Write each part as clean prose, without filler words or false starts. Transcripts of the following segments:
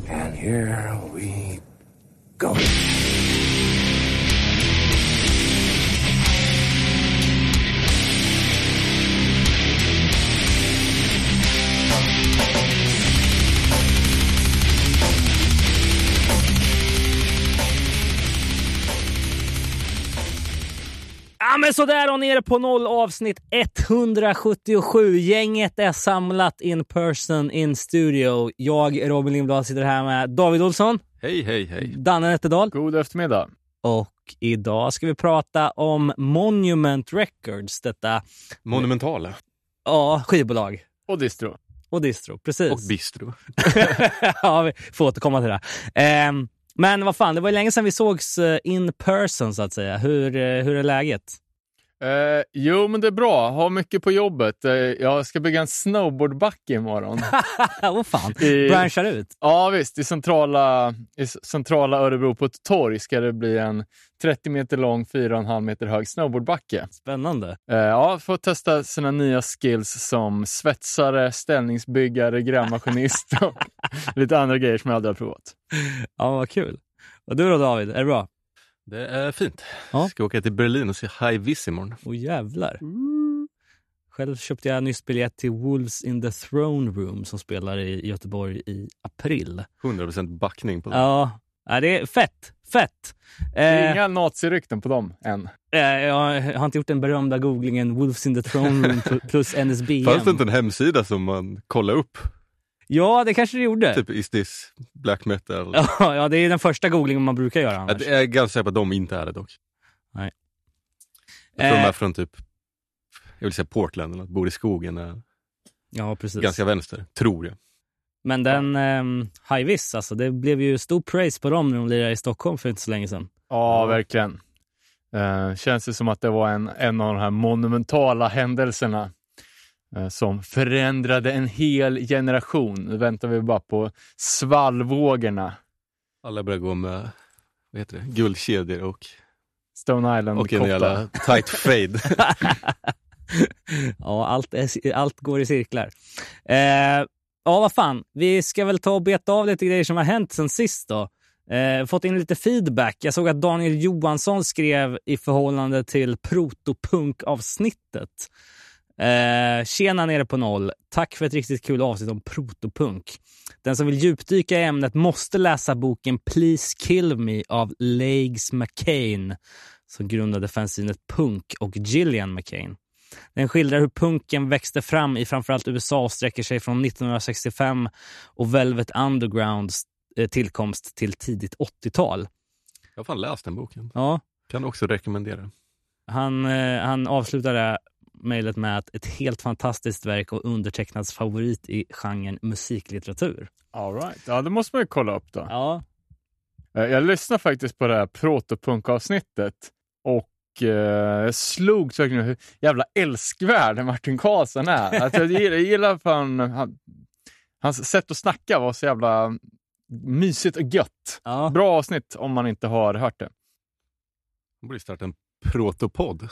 And here we go. Ja, men sådär och ner på 0 avsnitt 177. Gänget är samlat in person in studio. Jag, Robin Lindblad, sitter här med David Olsson. Hej, hej, hej. Danne Nätterdal. God eftermiddag. Och idag ska vi prata om Monument Records. Detta Monumentala. Ja, skivbolag. Och distro. Och distro, precis. Och bistro. Ja, vi får återkomma till det. Men vad fan, det var ju länge sedan vi sågs in person så att säga. Hur är läget? Jo, men det är bra. Har mycket på jobbet. Jag ska bygga en snowboardbacke imorgon. Vad fan, branchar ut. Ja, visst. I centrala Örebro på ett torg ska det bli en 30 meter lång, 4,5 meter hög snowboardbacke. Spännande. Ja, får testa sina nya skills som svetsare, ställningsbyggare, grävmaskinist och lite andra grejer som jag aldrig har provat. Ja, vad kul. Och du då, David, är det bra? Det är fint. Ja. Ska åka till Berlin och se High Vis imorgon. Åh jävlar. Själv köpte jag nyss biljett till Wolves in the Throne Room som spelar i Göteborg i april. 100% backning på det. Ja, det är fett. Inga nazirykten på dem än. Jag har inte gjort den berömda googlingen Wolves in the Throne Room plus NSBM. Fanns det inte en hemsida som man kollar upp? Ja, det kanske det gjorde. Typ is this black metal? Ja, det är den första googlingen man brukar göra annars. Jag är ganska säker på att de inte är det dock. Nej. Jag tror de är från typ, jag vill säga Portland, eller att bor i skogen är Ja, precis. ganska vänster, tror jag. Men den High Vis, alltså, det blev ju stor praise på dem när de lirade i Stockholm för inte så länge sedan. Ja, verkligen. Känns det som att det var en av de här monumentala händelserna som förändrade en hel generation. Nu väntar vi bara på svallvågorna. Alla börjar gå med, vad heter det, guldkedjor och Stone Island och en jävla tight fade. Ja, allt går i cirklar. Ja, vad fan. Vi ska väl ta och beta av lite grejer som har hänt sen sist då. Fått in lite feedback. Jag såg att Daniel Johansson skrev i förhållande till protopunk-avsnittet. Tjena nere på 0. Tack för ett riktigt kul avsnitt om protopunk. Den som vill djupdyka i ämnet måste läsa boken Please Kill Me av Legs McCain som grundade fanzinet Punk och Gillian McCain. Den skildrar hur punken växte fram i framförallt USA och sträcker sig från 1965 och Velvet Undergrounds tillkomst till tidigt 80-tal. Jag har fan läst den boken. Ja. Kan också rekommendera. Han avslutade mejlet med att ett helt fantastiskt verk och undertecknads favorit i genren musiklitteratur. All right. Ja, det måste man ju kolla upp då. Ja. Jag lyssnade faktiskt på det här protopunk-avsnittet och jag slog verkligen hur jävla älskvärd Martin Karlsson är. Att jag gillar hans sätt att snacka var så jävla mysigt och gött. Ja. Bra avsnitt om man inte har hört det. Man borde starta en protopodd.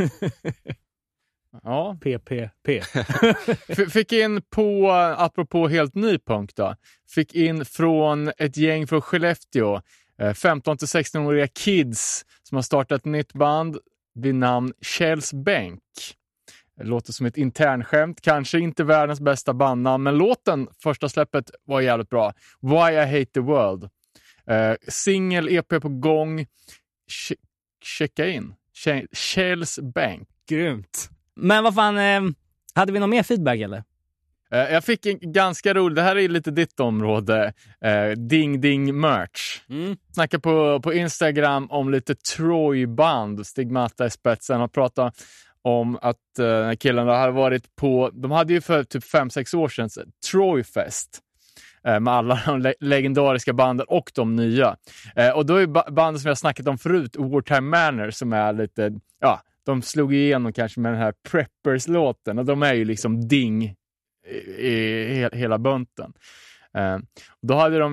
Ja. PPP. Fick in på, apropå helt ny punk då, fick in från ett gäng från Skellefteå, 15-16-åriga kids som har startat ett nytt band vid namn Kjells Bänk. Det låter som ett internskämt, kanske inte världens bästa bandnamn, men låten, första släppet, var jävligt bra. Why I Hate the World. Singel, EP på gång. Checka in. Kjells Bänk. Grymt. Men vad fan, hade vi någon mer feedback eller? Jag fick en ganska rolig, det här är lite ditt område, Ding Ding Merch. Snackar på Instagram om lite Troy-band, Stigmata i spetsen, och pratat om att killarna hade varit på, de hade ju för typ 5-6 år sedan Troyfest med alla de legendariska banden och de nya. Och då är banden som jag snackat om förut, Wartime Manor, som är lite, ja, de slog igenom kanske med den här Preppers-låten, och de är ju liksom ding i hela bunten. Då hade de ju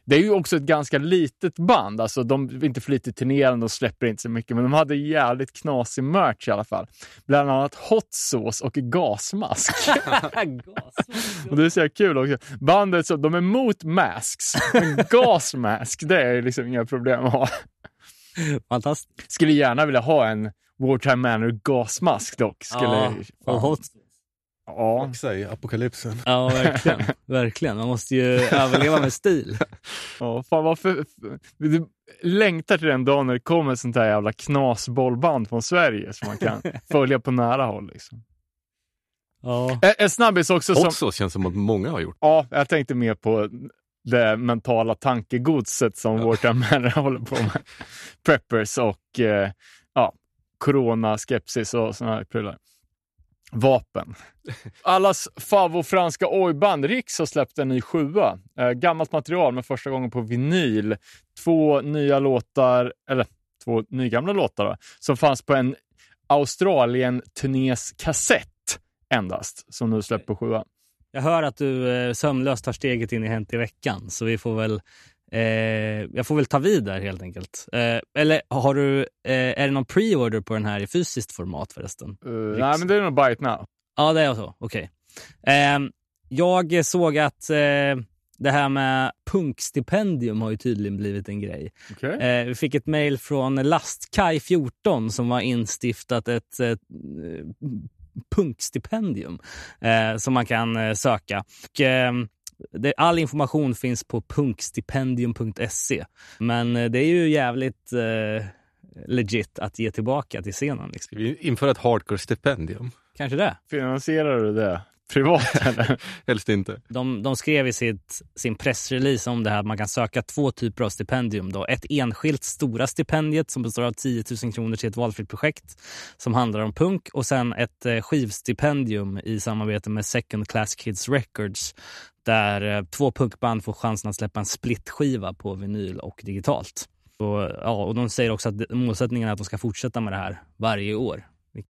Det är ju också ett ganska litet band. Alltså de är inte för lite turnerande och släpper inte så mycket. Men de hade jävligt knasig merch i alla fall. Bland annat hot sauce och gasmask. Och det är så kul också. Bandet, så, de är mot masks. Men gasmask, det är liksom inga problem att ha. Fantastiskt. Skulle gärna vilja ha en Wartime Manor gasmask dock. Och hot. Ja, säg apokalypsen. Ja, verkligen. Verkligen. Man måste ju överleva med stil. Ja, fan varför... Du längtar till den dagen när det kommer ett sånt här jävla knasbollband från Sverige som man kan följa på nära håll liksom. Ja. En snabbis också som... Så känns som att många har gjort. Ja, jag tänkte mer på det mentala tankegodset som Wartime Manor håller på med. Preppers och corona-skepsis och såna här prylar. Vapen. Allas franska ojband Riks har släppt en ny 7:a. Gammalt material med första gången på vinyl. 2 nygamla låtar då, som fanns på en Australien-turnés kassett endast, som nu släppt på 7:a. Jag hör att du sömlöst tar steget in i Hänt i veckan, så vi får väl jag får väl ta vid där helt enkelt. Eller har du är det någon pre-order på den här i fysiskt format förresten? Nej, men det är nog buy it now. Ja, det är så. Okej. Jag såg att det här med punkstipendium har ju tydligen blivit en grej. Okay. Vi fick ett mejl från Lastkaj 14 som var instiftat ett punkstipendium som man kan söka. Och, all information finns på punkstipendium.se. Men det är ju jävligt legit att ge tillbaka till scenen. Liksom. Ska vi införa ett hardcore-stipendium? Kanske det. Finansierar du det privat eller? Helst inte. De skrev i sin pressrelease om det här att man kan söka 2 typer av stipendium. Då. Ett enskilt stora stipendiet som består av 10 000 kronor till ett valfritt projekt som handlar om punk. Och sen ett skivstipendium i samarbete med Second Class Kids Records där 2 punkband får chansen att släppa en splittskiva på vinyl och digitalt. Och de säger också att målsättningen är att de ska fortsätta med det här varje år.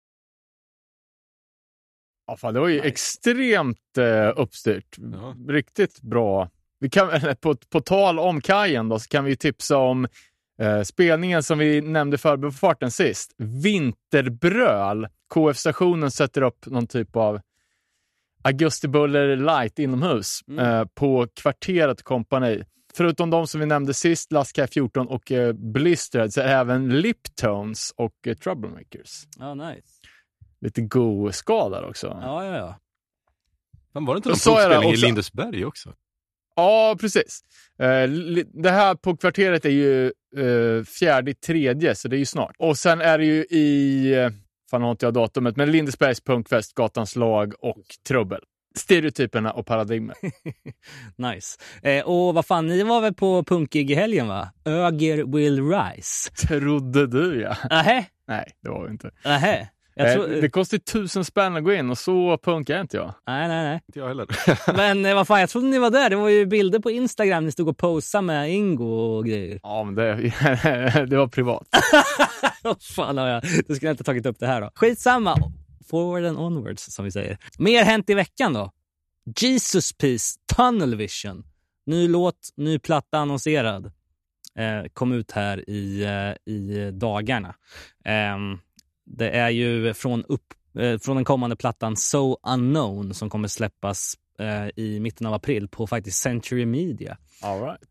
Ja, fan, det var ju extremt uppstyrt. Ja. Riktigt bra. Vi kan, på tal om kajen då, så kan vi tipsa om spelningen som vi nämnde för farten sist. Vinterbröl. KF-stationen sätter upp någon typ av Augustibuller light inomhus på Kvarteret Company. Förutom de som vi nämnde sist, Lastkaj 14 och Blistered, så är även Liptones och Troublemakers. Ja, nice. Lite go-skadar också. Ja. Men var det inte någon provspelning i Lindesberg också? Ja, precis. Det här på Kvarteret är ju 4/3, så det är ju snart. Och sen är det ju i, fan har inte jag datumet, men Lindesbergs punkfest, Gatans lag och Trubbel. Stereotyperna och paradigmer. Nice. Och vad fan, ni var väl på punkig i helgen va? Öger will rise. Trodde du, ja. Nähä? Nej, det var det inte. Nähä? Det kostar 1000 spänn att gå in och så punkar inte jag. Nej. Inte jag heller. Men vad fan, jag trodde ni var där. Det var ju bilder på Instagram. Ni stod och posade med Ingo och grejer. Ja, men det var privat. Fan, då skulle jag inte tagit upp det här då. Skitsamma. Forward and onwards, som vi säger. Mer hänt i veckan då. Jesus Peace, Tunnel Vision. Ny låt, ny platta annonserad. Kom ut här i dagarna. Det är ju från den kommande plattan So Unknown som kommer släppas i mitten av april på faktiskt Century Media. All right.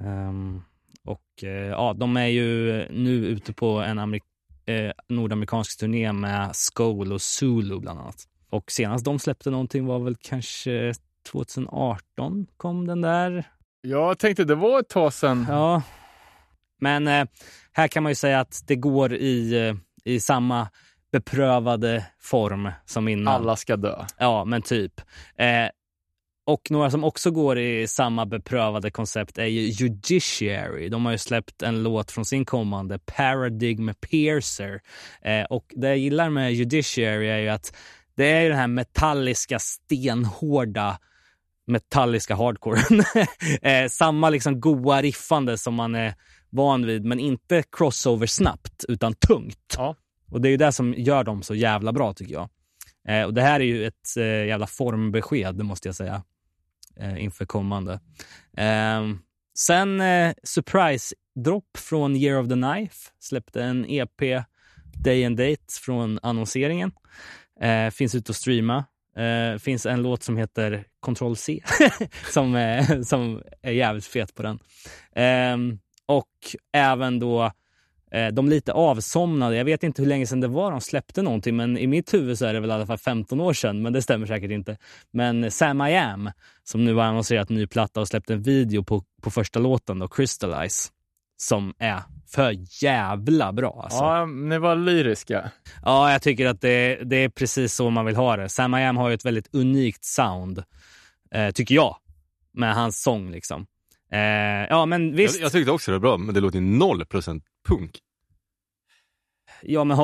De är ju nu ute på en nordamerikansk turné med Skol och Zulu bland annat. Och senast de släppte någonting var väl kanske 2018 kom den där. Jag tänkte det var ett tag sedan. Ja. Men här kan man ju säga att det går i samma beprövade form som innan. Alla ska dö. Ja, men typ. Och några som också går i samma beprövade koncept är ju Judiciary. De har ju släppt en låt från sin kommande Paradigm Piercer. Och det jag gillar med Judiciary är ju att det är ju den här metalliska, stenhårda metalliska hardcore. Samma liksom goa riffande som man är van vid, men inte crossover snabbt utan tungt. Ja. Och det är ju det som gör dem så jävla bra tycker jag. Och det här är ju ett jävla formbesked, det måste jag säga, inför kommande. Sen surprise-dropp från Year of the Knife. Släppte en EP Day and Date från annonseringen. Finns ute att streama. Finns en låt som heter Control C som är jävligt fet på den. Och även då de lite avsomnade. Jag vet inte hur länge sedan det var de släppte någonting, men i mitt huvud så är det väl i alla fall 15 år sedan, men det stämmer säkert inte. Men Sam I Am, som nu har annonserat en ny platta och släppt en video på första låten då, Crystallize, som är för jävla bra alltså. Ja, ni var lyriska. Ja, jag tycker att det är precis så man vill ha det. Sam I Am har ju ett väldigt unikt sound, tycker jag, med hans sång liksom. Ja, men visst. Jag tyckte också det var bra, men det låter 0% punk. Ja, men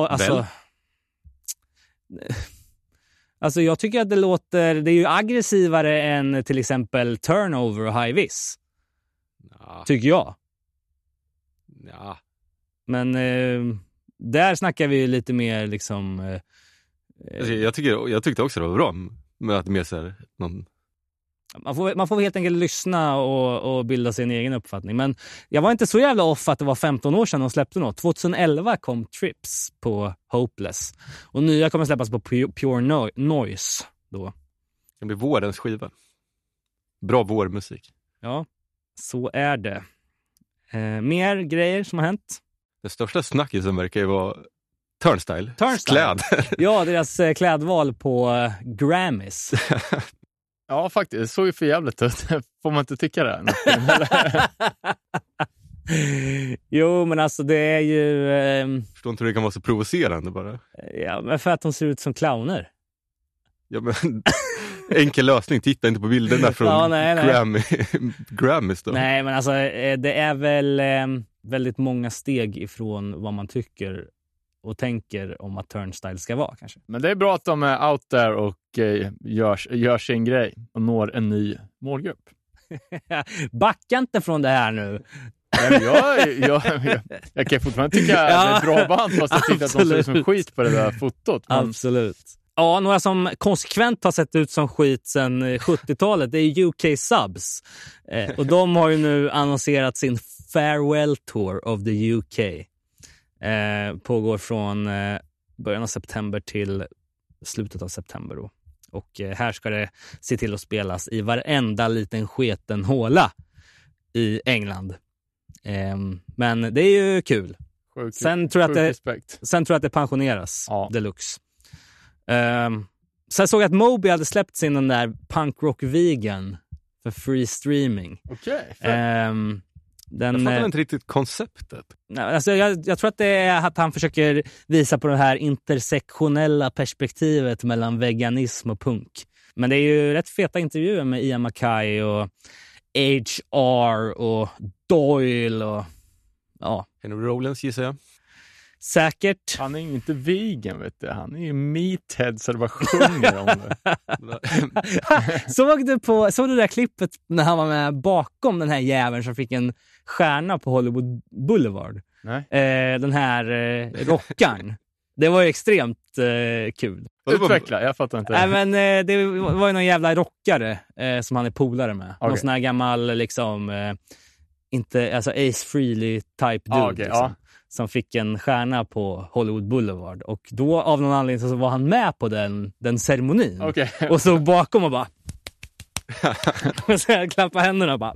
alltså jag tycker att det är ju aggressivare än till exempel Turnover och High Vis. Ja. Tycker jag. Ja. Men där snackar vi lite mer liksom... Alltså, jag tyckte också det var bra med att mer så här, någon... Man får helt enkelt lyssna och bilda sin egen uppfattning. Men jag var inte så jävla off att det var 15 år sedan de släppte något. 2011 kom Trips på Hopeless. Och nya kommer släppas på Pure Noise då. Det blir vårens skiva. Bra vårmusik. Ja, så är det. Mer grejer som har hänt? Den största snackisen verkar ju vara Turnstile. Kläd. Ja, deras klädval på Grammys. Ja, faktiskt. Det såg ju för jävligt ut. Får man inte tycka det? Jo, men alltså det är ju... Förstår inte hur det kan vara så provocerande bara. Ja, men för att de ser ut som clowner. Ja, men enkel lösning. Titta inte på bilderna från Grammys då. Nej, men alltså det är väl väldigt många steg ifrån vad man tycker och tänker om att Turnstile ska vara kanske. Men det är bra att de är out there och gör sin grej och når en ny målgrupp. Backa inte från det här nu. Men jag kan fortfarande tycka att det är ett bra band, fast jag tyckte att de ser ut som skit på det där fotot. Men... Absolut. Ja, några som konsekvent har sett ut som skit sedan 70-talet, det är UK Subs. Och de har ju nu annonserat sin Farewell Tour of the UK. Pågår från början av september till slutet av september då. Och här ska det se till att spelas i varenda liten sketen håla i England. Men det är ju kul. Sen tror jag att det pensioneras deluxe. Sen såg jag att Moby hade släppt sin den där Punk Rock Vegan för free streaming. Okej. Jag fattar inte riktigt konceptet. Alltså jag tror att det är att han försöker visa på det här intersektionella perspektivet mellan veganism och punk. Men det är ju rätt feta intervjuer med Ian Mackay och HR och Doyle och ja. Henry Rollins gissar jag. Säkert. Han är inte vegan, vet du. Han är ju meathead, så det bara sjunger om det. Såg du det där klippet när han var med bakom den här jäveln som fick en stjärna på Hollywood Boulevard? Nej. Den här rockaren. Det var ju extremt kul. Utveckla, jag fattar inte. Nej, men det var ju någon jävla rockare som han är polare med. Okay. Någon sån här gammal liksom alltså Ace Frehley type dude liksom. Ja. Som fick en stjärna på Hollywood Boulevard. Och då av någon anledning så var han med på den ceremonin. Okay. Och så bakom och bara... och så klappade händerna och bara...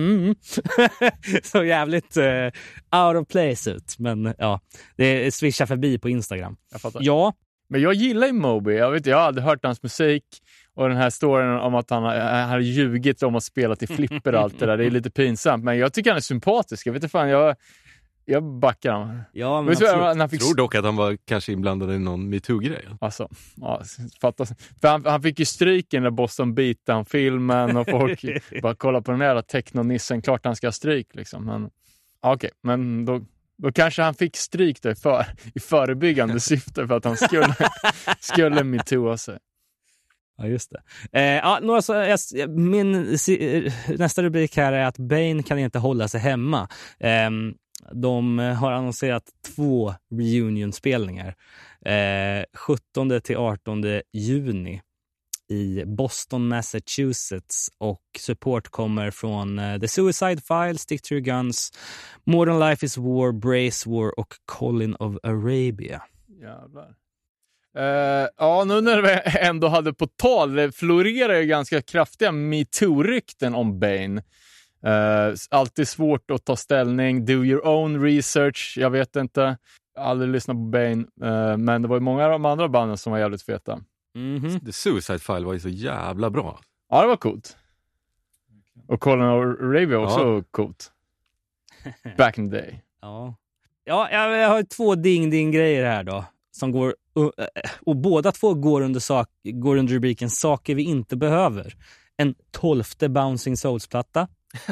så jävligt out of place ut. Men ja, det swishar förbi på Instagram. Jag fattar. Ja. Men jag gillar ju Moby. Jag har aldrig hört hans musik. Och den här storyn om att han har ljugit om att spela till flipper och allt det där. Det är lite pinsamt. Men jag tycker han är sympatisk. Jag vet inte fan, jag backar honom. Ja, men jag tror dock att han var kanske inblandad i någon MeToo-grej. Alltså, ja, fattas. För han fick ju stryk i den där Boston Beatdown-filmen och folk bara kolla på den där technonissen. Klart han ska ha stryk liksom. Men okej, men då kanske han fick stryk då i förebyggande syfte för att han skulle MeTooa sig. Ja, just det. Min nästa rubrik här är att Bane kan inte hålla sig hemma. De har annonserat 2 reunion-spelningar 17 till 18 juni i Boston, Massachusetts, och support kommer från The Suicide Files, Stick to Your Guns, Modern Life is War, Brace War och Colin of Arabia. Jävlar. Ja, nu när vi ändå hade på tal, det florerar ju ganska kraftiga MeToo-rykten om Bane. Alltid svårt att ta ställning. Do your own research. Jag vet inte. Aldrig lyssnat på Bane. Men det var ju många av de andra banden som var jävligt feta. Mm-hmm. The Suicide File var ju så jävla bra. Ja, det var coolt. Och Colin of Arabia också coolt. Back in the day. Ja, jag har 2 ding-ding-grejer här då. Som går, och båda 2 går under rubriken saker vi inte behöver. En 12:e Bouncing Souls-platta.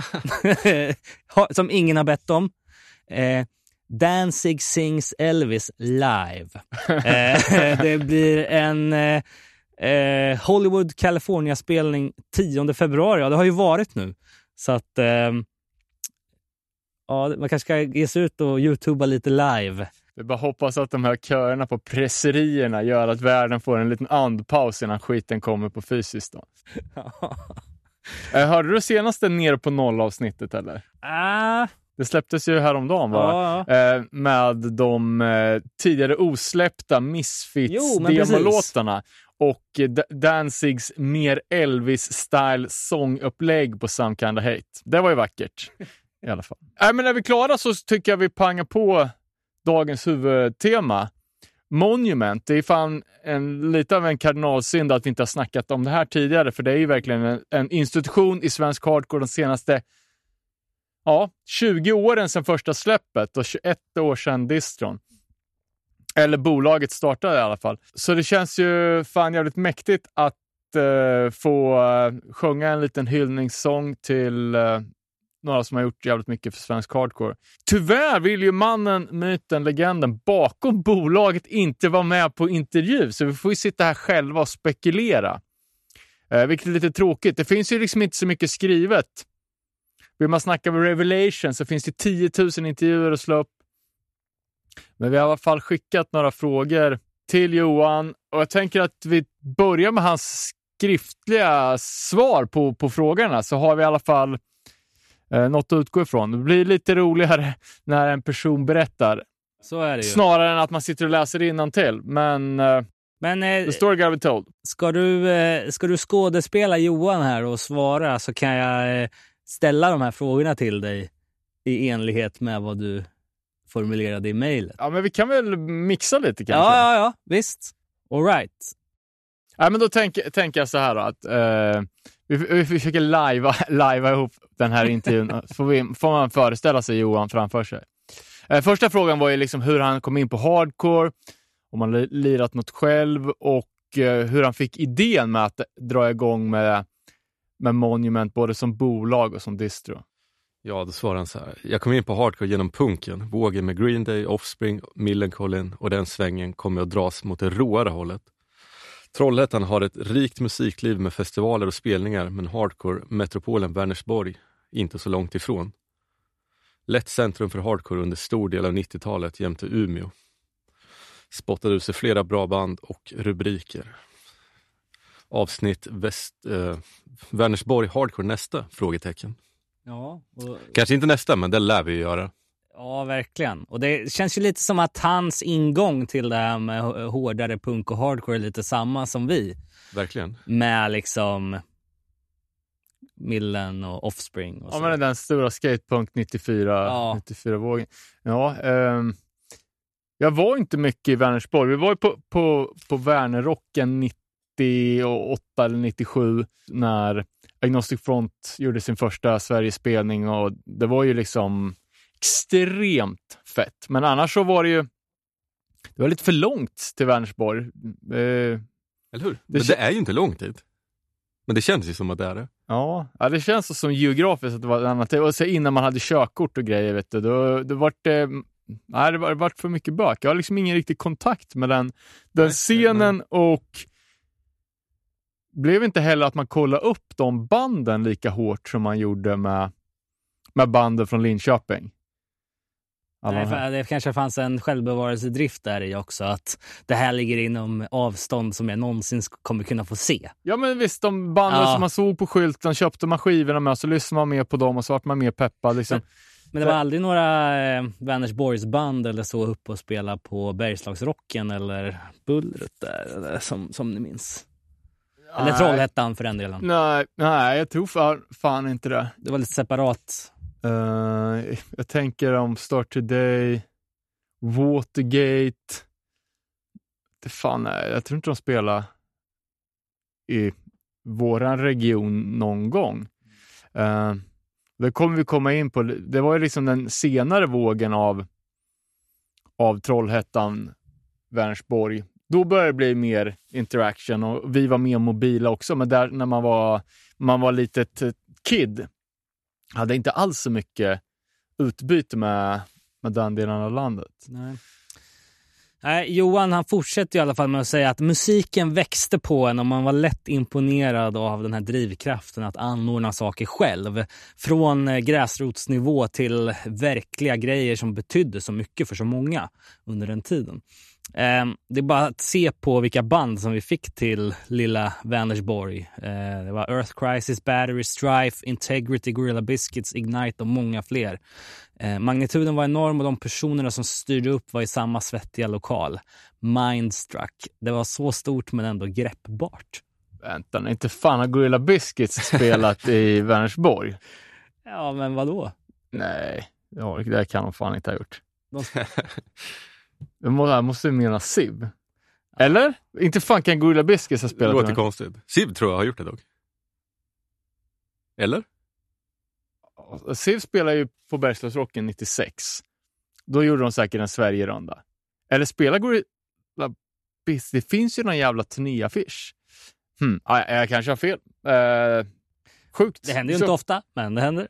Som ingen har bett om. Danzig sings Elvis live. Det blir en Hollywood California-spelning 10 februari. Ja, det har ju varit nu. Så att man kanske ska ge sig ut och YouTubea lite live. Vi bara hoppas att de här körerna på presserierna gör att världen får en liten andpaus innan skiten kommer på fysiskt då. Hörde du senaste Ner på noll-avsnittet eller? Det släpptes ju häromdagen va? Med de tidigare osläppta Misfits-demolåtarna och Danzigs mer Elvis-style sångupplägg på Some Kind of Hate. Det var ju vackert i alla fall. Men när vi är klara så tycker jag vi pangar på dagens huvudtema. Monument, det är fan lite av en kardinalsynd att vi inte har snackat om det här tidigare, för det är ju verkligen en institution i svensk hardcore de senaste 20 åren sedan första släppet och 21 år sedan distron. Eller bolaget startade i alla fall. Så det känns ju fan jävligt mäktigt att få sjunga en liten hyllningssång till några som har gjort jävligt mycket för svensk hardcore. Tyvärr vill ju mannen, myten, legenden bakom bolaget inte vara med på intervju. Så vi får ju sitta här själva och spekulera. Vilket är lite tråkigt. Det finns ju liksom inte så mycket skrivet. Vill man snacka med Revelation så finns det 10 000 intervjuer att slå upp. Men vi har i alla fall skickat några frågor till Johan. Och jag tänker att vi börjar med hans skriftliga svar på frågorna. Så har vi i alla fall något att utgå ifrån. Det blir lite roligare när en person berättar. Så är det ju. Snarare än att man sitter och läser innantill. Men the story gotta be told. Ska du skådespela Johan här och svara, så kan jag ställa de här frågorna till dig i enlighet med vad du formulerade i mejlet. Ja, men vi kan väl mixa lite kanske. Ja, visst. All right. Ja, men då tänker jag så här då, att vi försöker live ihop den här intervjun. Får man föreställa sig Johan framför sig. Första frågan var ju liksom hur han kom in på hardcore, om han lirat något själv och hur han fick idén med att dra igång med Monument både som bolag och som distro. Ja, då svarar han så här. Jag kom in på hardcore genom punken. Vågen med Green Day, Offspring, Millencolin och den svängen kommer att dras mot det råare hållet. Trollhättan har ett rikt musikliv med festivaler och spelningar, men hardcore, metropolen Vänersborg, inte så långt ifrån. Lätt centrum för hardcore under stor del av 90-talet jämte Umeå. Spottade ut sig flera bra band och rubriker. Avsnitt Vänersborg hardcore nästa? Frågetecken. Ja. Kanske inte nästa, men det lär vi göra. Ja, verkligen. Och det känns ju lite som att hans ingång till det här med hårdare punk och hardcore är lite samma som vi. Verkligen. Med liksom Millen och Offspring. Och ja, men den stora skatepunk 94-vågen. Ja, jag var inte mycket i Vänersborg. Vi var ju på Värnerrocken 98 eller 97 när Agnostic Front gjorde sin första Sverigespelning, och det var ju liksom extremt fett. Men annars så var det var lite för långt till Vänersborg. Eller hur? Men det är ju inte långt dit. Men det känns ju som att det är det. Ja, det känns som geografiskt att det var ett annat. Och så innan man hade körkort och grejer, vet du, det var för mycket bök. Jag har liksom ingen riktig kontakt med den scenen, och blev inte heller att man kollade upp de banden lika hårt som man gjorde med banden från Linköping. Nej, för det kanske fanns en självbevarelsedrift där i också, att det här ligger inom avstånd som jag någonsin kommer kunna få se. Ja, men visst, de banden som man såg på skylten, köpte man skivorna med, så lyssnade man mer på dem och så vart man mer peppad. Liksom. Men det var aldrig några Vänersborgs band eller så upp och spela på Bergslagsrocken eller Bullret där, eller som ni minns? Eller Trollhättan för den delen. Nej, jag tror fan inte det. Det var lite separat. Jag tänker om Start Today, Watergate. Jag tror inte de spelar i våran region någon gång. Det kommer vi komma in på. Det var ju liksom den senare vågen av Trollhättan, Vänersborg. Då började det bli mer interaction och vi var mer mobila också. Men där när man var litet kid hade inte alls så mycket utbyte med den delen av landet. Nej, Johan han fortsätter i alla fall med att säga att musiken växte på en och man var lätt imponerad av den här drivkraften att anordna saker själv. Från gräsrotsnivå till verkliga grejer som betydde så mycket för så många under den tiden. Det är bara att se på vilka band som vi fick till lilla Vänersborg. Det var Earth Crisis, Battery, Strife, Integrity, Gorilla Biscuits, Ignite och många fler. Magnituden var enorm och de personerna som styrde upp var i samma svettiga lokal. Mindstruck. Det var så stort men ändå greppbart. Vänta, inte fan har Gorilla Biscuits spelat i Vänersborg? Ja, men vadå? Nej, det kan de fan inte ha gjort. Jag måste mena Siv. Eller? Inte fan kan Gorilla Biscuits ha spelat. Det låter konstigt. Siv tror jag har gjort det dock. Eller? Siv spelar ju på Bergslagsrocken 96. Då gjorde de säkert en Sverige-runda. Eller spelar Gorilla Biscuits? Det finns ju någon jävla turnéaffisch. Jag kanske har fel. Sjukt. Det händer ju inte ofta, men det händer.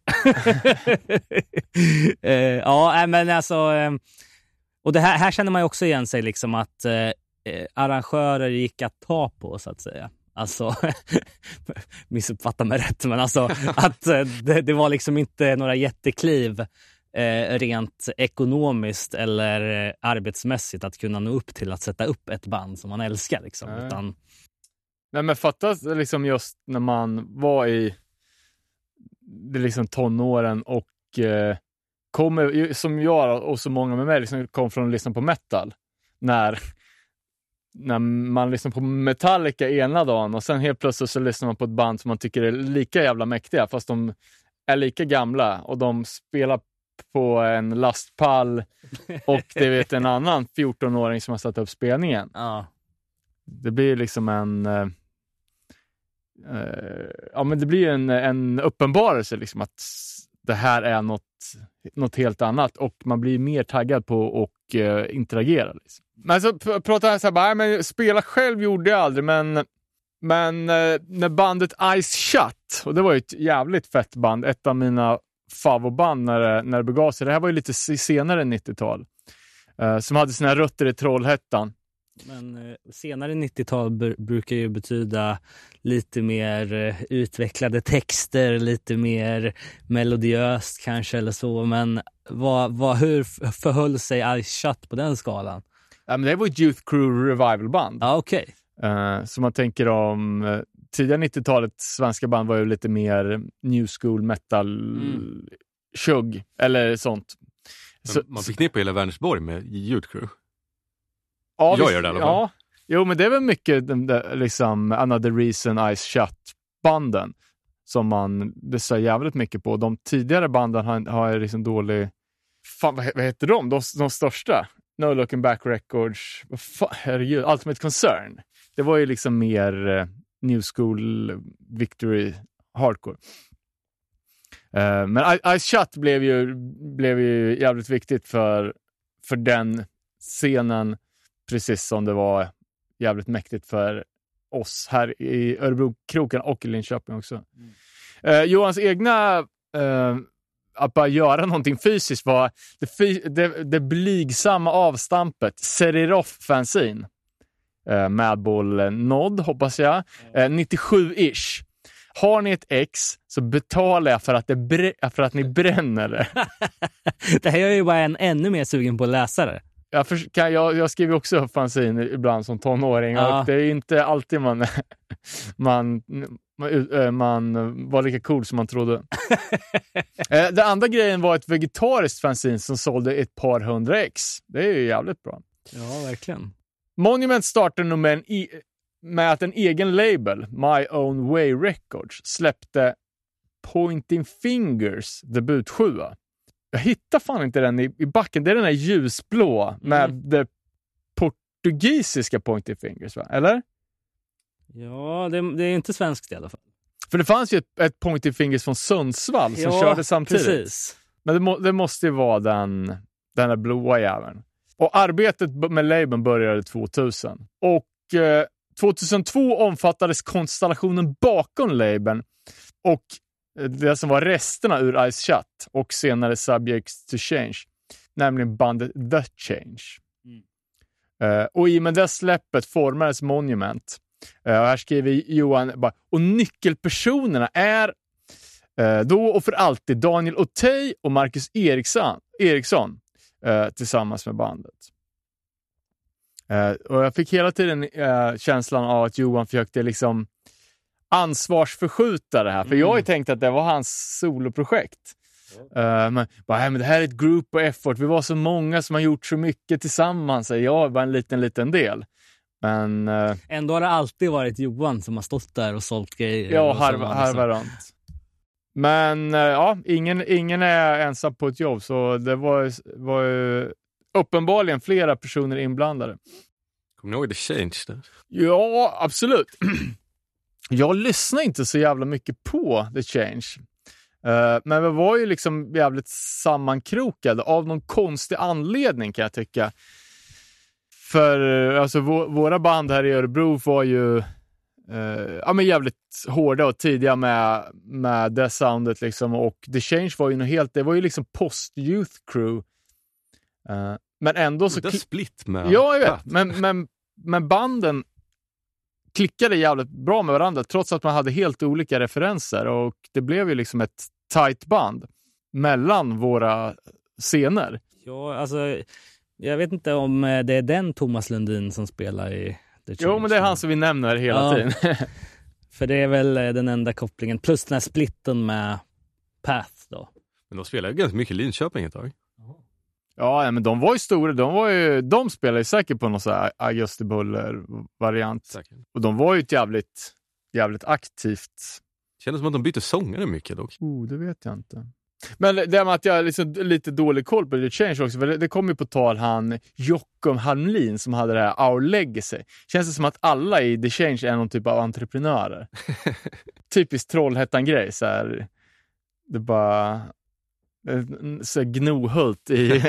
Ja, men alltså... Och det här känner man ju också igen sig liksom att arrangörer gick att ta på så att säga. Alltså, missuppfatta mig rätt, men alltså att det var liksom inte några jättekliv rent ekonomiskt eller arbetsmässigt att kunna nå upp till att sätta upp ett band som man älskar liksom. Nej, men fattas liksom just när man var i det liksom tonåren och kommer, som jag och så många med mig liksom kom från att lyssna på metal. När man lyssnar på Metallica ena dagen och sen helt plötsligt så lyssnar man på ett band som man tycker är lika jävla mäktiga fast de är lika gamla och de spelar på en lastpall och det vet en annan 14-åring som har satt upp spelningen. Ja. Det blir liksom men det blir en uppenbarelse liksom att det här är något helt annat och man blir mer taggad på att interagera. Liksom. Men så pratar jag så här, men spela själv gjorde jag aldrig, men när bandet Ice Shut, och det var ju ett jävligt fett band, ett av mina favoritband när det begav sig. Det här var ju lite senare 90-tal, som hade sina rötter i Trollhättan. Men senare 90-tal brukar ju betyda lite mer utvecklade texter, lite mer melodiöst kanske eller så. Men hur förhöll sig Ice Shut på den skalan? Ja, men det var ett Youth Crew Revival-band. Ja, okej. Så man tänker om tidiga 90-talet svenska band var ju lite mer new school metal chugg eller sånt. Så, man förknippar hela Vänersborg med Youth Crew. Ja, jag gör det i alla fall. Ja. Jo, men det är väl mycket liksom Another Reason, Ice Shut-banden som man lyssnar jävligt mycket på. De tidigare banden har liksom dålig... Fan, vad heter de? De största? No Looking Back Records. Herregud, Ultimate Concern. Det var ju liksom mer New School Victory Hardcore. Men Ice Shut blev ju jävligt viktigt för den scenen, precis som det var jävligt mäktigt för oss här i Örebro-kroken och i Linköping också. Johans egna att bara göra någonting fysiskt var det blygsamma avstampet Seriroff Fanzine. Madball Nod, hoppas jag. 97-ish. Har ni ett ex så betalar jag för att ni bränner det. Det här gör ju bara en ännu mer sugen på att läsa det. Jag skriver också fanzine ibland som tonåring. Ja. Och det är inte alltid man var lika cool som man trodde. Den andra grejen var ett vegetariskt fanzine som sålde ett par 100 ex. Det är ju jävligt bra. Ja, verkligen. Monument startade nog med att en egen label, My Own Way Records, släppte Pointing Fingers debut 7. Jag hittar fan inte den i backen. Det är den här ljusblå med det portugisiska Pointing Fingers, va? Eller? Ja, det är inte svenskt i alla fall. För det fanns ju ett Pointing Fingers från Sundsvall som körde samtidigt. Precis. Men det måste ju vara den där blåa jäveln. Och arbetet med labeln började 2000. Och 2002 omfattades konstellationen bakom labeln och det som var resterna ur Ice Chat och senare Subjects to Change, nämligen bandet The Change. Och i och med det släppet formades Monument. Och här skriver Johan bara, och nyckelpersonerna är då och för alltid Daniel Otey och Marcus Eriksson tillsammans med bandet. Och jag fick hela tiden känslan av att Johan försökte liksom ansvarsförskjuta det här. För jag har ju tänkt att det var hans soloprojekt. Men det här är ett group och effort. Vi var så många som har gjort så mycket tillsammans. Jag var en liten del. Men ändå har det alltid varit Johan som har stått där och sålt grejer. Ja, harva runt. Men ingen är ensam på ett jobb. Så det var ju uppenbarligen flera personer inblandade. Kommer ni ihåg The Change där? Ja, absolut. Jag lyssnar inte så jävla mycket på The Change. Men vi var ju liksom jävligt sammankrokade av någon konstig anledning, kan jag tycka. För alltså våra band här i Örebro var ju jävligt hårda och tidiga med det soundet liksom. Och The Change var ju det var ju liksom post-youth crew. Men ändå så... Det är split med... Ja, jag vet. Men banden klickade jävligt bra med varandra trots att man hade helt olika referenser. Och det blev ju liksom ett tight band mellan våra scener. Ja, alltså... Jag vet inte om det är den Thomas Lundin som spelar i The Change. Jo, men det är han som vi nämner hela tiden. För det är väl den enda kopplingen. Plus den här splitten med Path då. Men de spelar ju ganska mycket Linköping ett tag. Ja, men de var ju stora. De spelade ju säkert på någon sån här Augusti Buller-variant. Säkert. Och de var ju ett jävligt aktivt. Kändes som att de bytte sångare mycket dock. Det vet jag inte. Men det med att jag liksom lite dålig koll på The Change också, för det kom ju på tal han Jockum Halmlin som hade det här Our Legacy. Känns det som att alla i The Change är någon typ av entreprenörer. Typiskt Trollhättan-grej så här. Det bara så Gnohult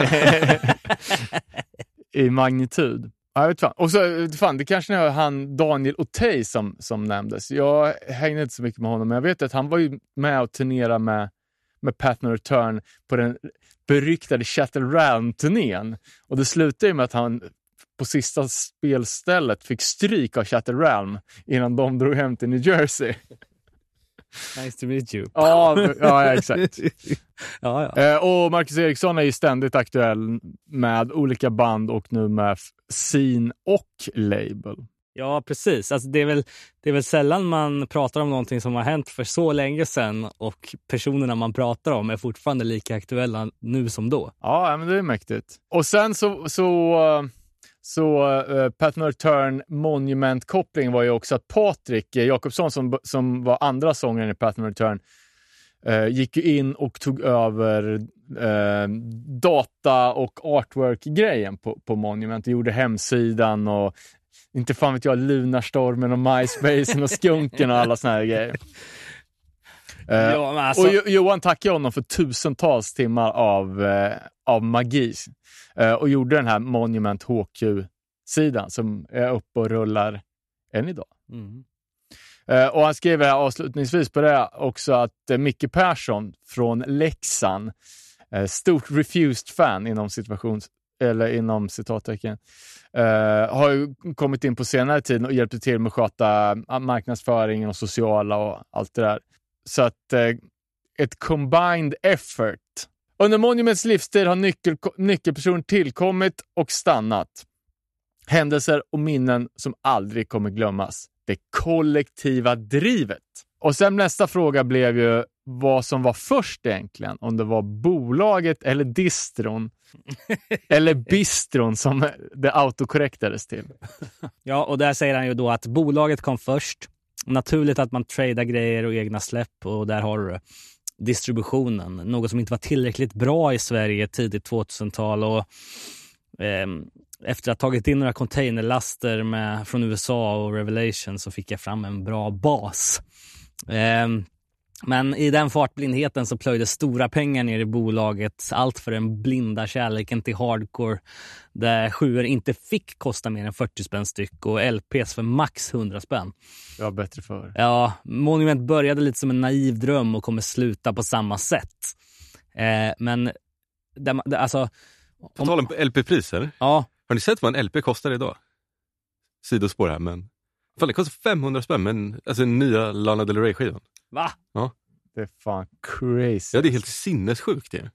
i magnitud. Ja, jag vet fan. Och så det kanske är han Daniel Otey som nämndes. Jag hängde inte så mycket med honom, men jag vet att han var ju med och turnerade med Path No Return på den beryktade Shattered Realm-turnén. Och det slutade ju med att han på sista spelstället fick stryk av Shattered Realm innan de drog hem till New Jersey. Nice to meet you. Ja, exakt. Ja. Och Marcus Eriksson är ju ständigt aktuell med olika band och nu med scene och label. Ja, precis. Alltså det är väl sällan man pratar om någonting som har hänt för så länge sedan och personerna man pratar om är fortfarande lika aktuella nu som då. Ja, men det är mäktigt. Och sen så Path No Return Monument-kopplingen var ju också att Patrik Jakobsson som var andra sångaren i Path No Return gick ju in och tog över data- och artwork-grejen på Monument och gjorde hemsidan och inte fan vet jag, Lunarstormen och MySpace och Skunken och alla såna här grejer. Och Johan tackade honom för tusentals timmar av magi och gjorde den här Monument HQ-sidan som är uppe och rullar än idag. Och han skrev här avslutningsvis på det också att Micke Persson från Leksand, stort Refused-fan inom eller inom citattecken, har ju kommit in på senare tid och hjälpt till med att sköta marknadsföringen och sociala och allt det där. Så att ett combined effort. Under Monuments livstid har nyckelpersoner tillkommit och stannat. Händelser och minnen som aldrig kommer glömmas. Det kollektiva drivet. Och sen nästa fråga blev ju vad som var först egentligen. Om det var bolaget eller distron. Eller bistron som det autokorrektades till. Ja, och där säger han ju då att bolaget kom först. Naturligt att man tradar grejer och egna släpp, och där har du distributionen. Något som inte var tillräckligt bra i Sverige tidigt 2000-tal, och efter att ha tagit in några containerlaster från USA och Revelation så fick jag fram en bra bas. Men i den fartblindheten så plöjde stora pengar ner i bolaget, allt för den blinda kärleken till hardcore, där 7 inte fick kosta mer än 40 spänn styck och LPs för max 100 spänn. Ja, bättre för. Ja, Monument började lite som en naiv dröm och kommer sluta på samma sätt. Men alltså... På tal om LP-priser. Ja. Har ni sett vad en LP kostar idag? Sidospår här, men... Fan, det kostar 500 spänn, men alltså den nya Lana Del Rey-skivan. Va? Ja. Det är fan crazy. Ja, det är helt sinnessjukt det.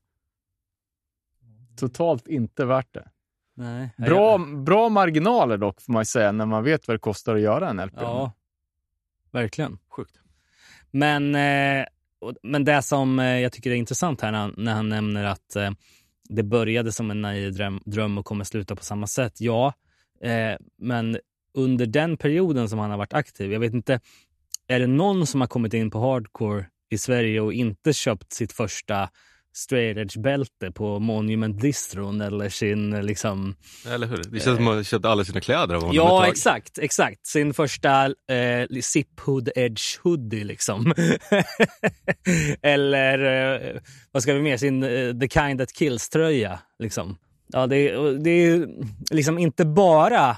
Totalt inte värt det. Nej. Bra marginaler dock, får man säga, när man vet vad det kostar att göra en LP. Ja, verkligen. Sjukt. Men det som jag tycker är intressant här när han nämner att det började som en naiv dröm och kommer sluta på samma sätt. Ja, men under den perioden som han har varit aktiv, jag vet inte, är det någon som har kommit in på hardcore i Sverige och inte köpt sitt första straight edge-bälte på Monument distron eller sin liksom... Eller hur? Det känns som att man köpte alla sina kläder av honom. Ja, exakt. Sin första zip hood edge hoodie liksom. Eller vad ska vi mer? Sin The Kind That Kills-tröja liksom. Ja, det är liksom inte bara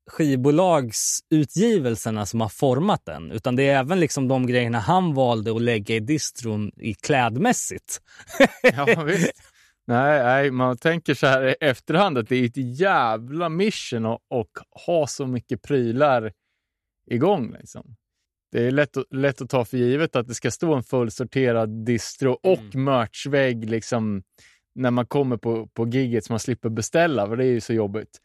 skivbolagsutgivelserna som har format den, utan det är även liksom de grejerna han valde att lägga i distron i klädmässigt. Ja, visst. Nej, man tänker så här i efterhand att det är ett jävla mission och ha så mycket prylar igång liksom. Det är lätt att ta för givet att det ska stå en fullsorterad distro och merchvägg liksom när man kommer på gigget så man slipper beställa, för det är ju så jobbigt.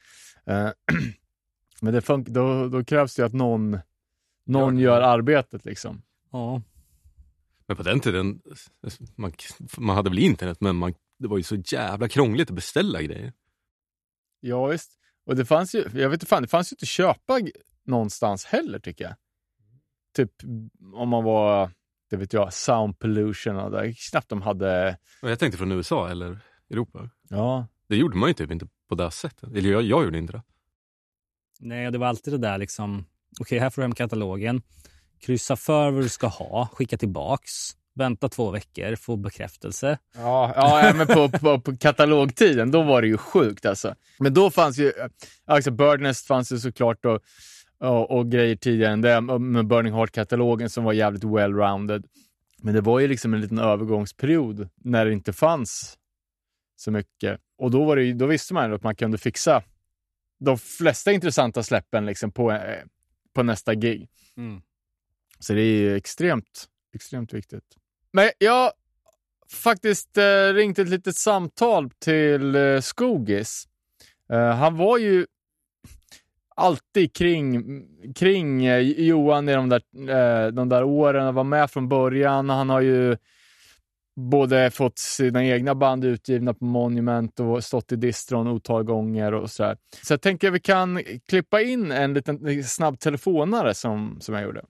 Men då krävs det att någon gör arbetet liksom. Ja. Men på den tiden, man hade väl internet, men det var ju så jävla krångligt att beställa grejer. Ja, visst. Och det fanns ju, det fanns ju inte att köpa någonstans heller, tycker jag. Typ om man var, det vet jag, Sound Pollution och där knappt de hade... Jag tänkte från USA eller Europa. Ja. Det gjorde man ju typ inte på det sättet. Eller jag gjorde inte det. Nej, det var alltid det där liksom, okej, här får du hem katalogen, kryssa för vad du ska ha, skicka tillbaks, vänta 2 veckor, få bekräftelse. Ja, men på katalogtiden, då var det ju sjukt alltså. Men då fanns ju, alltså Birdnest fanns ju såklart och grejer tidigare än det, med Burning Heart-katalogen som var jävligt well-rounded. Men det var ju liksom en liten övergångsperiod när det inte fanns så mycket. Och då visste man att man kunde fixa de flesta intressanta släppen liksom på nästa gig. Så det är ju extremt viktigt. Men jag faktiskt ringt ett litet samtal till Skogis. Han var ju alltid kring Johan i de där åren. Han var med från början. Han har ju både fått sina egna band utgivna på Monument och stått i distron otal gånger och så här. Så jag tänker att vi kan klippa in en liten snabb telefonare som jag gjorde.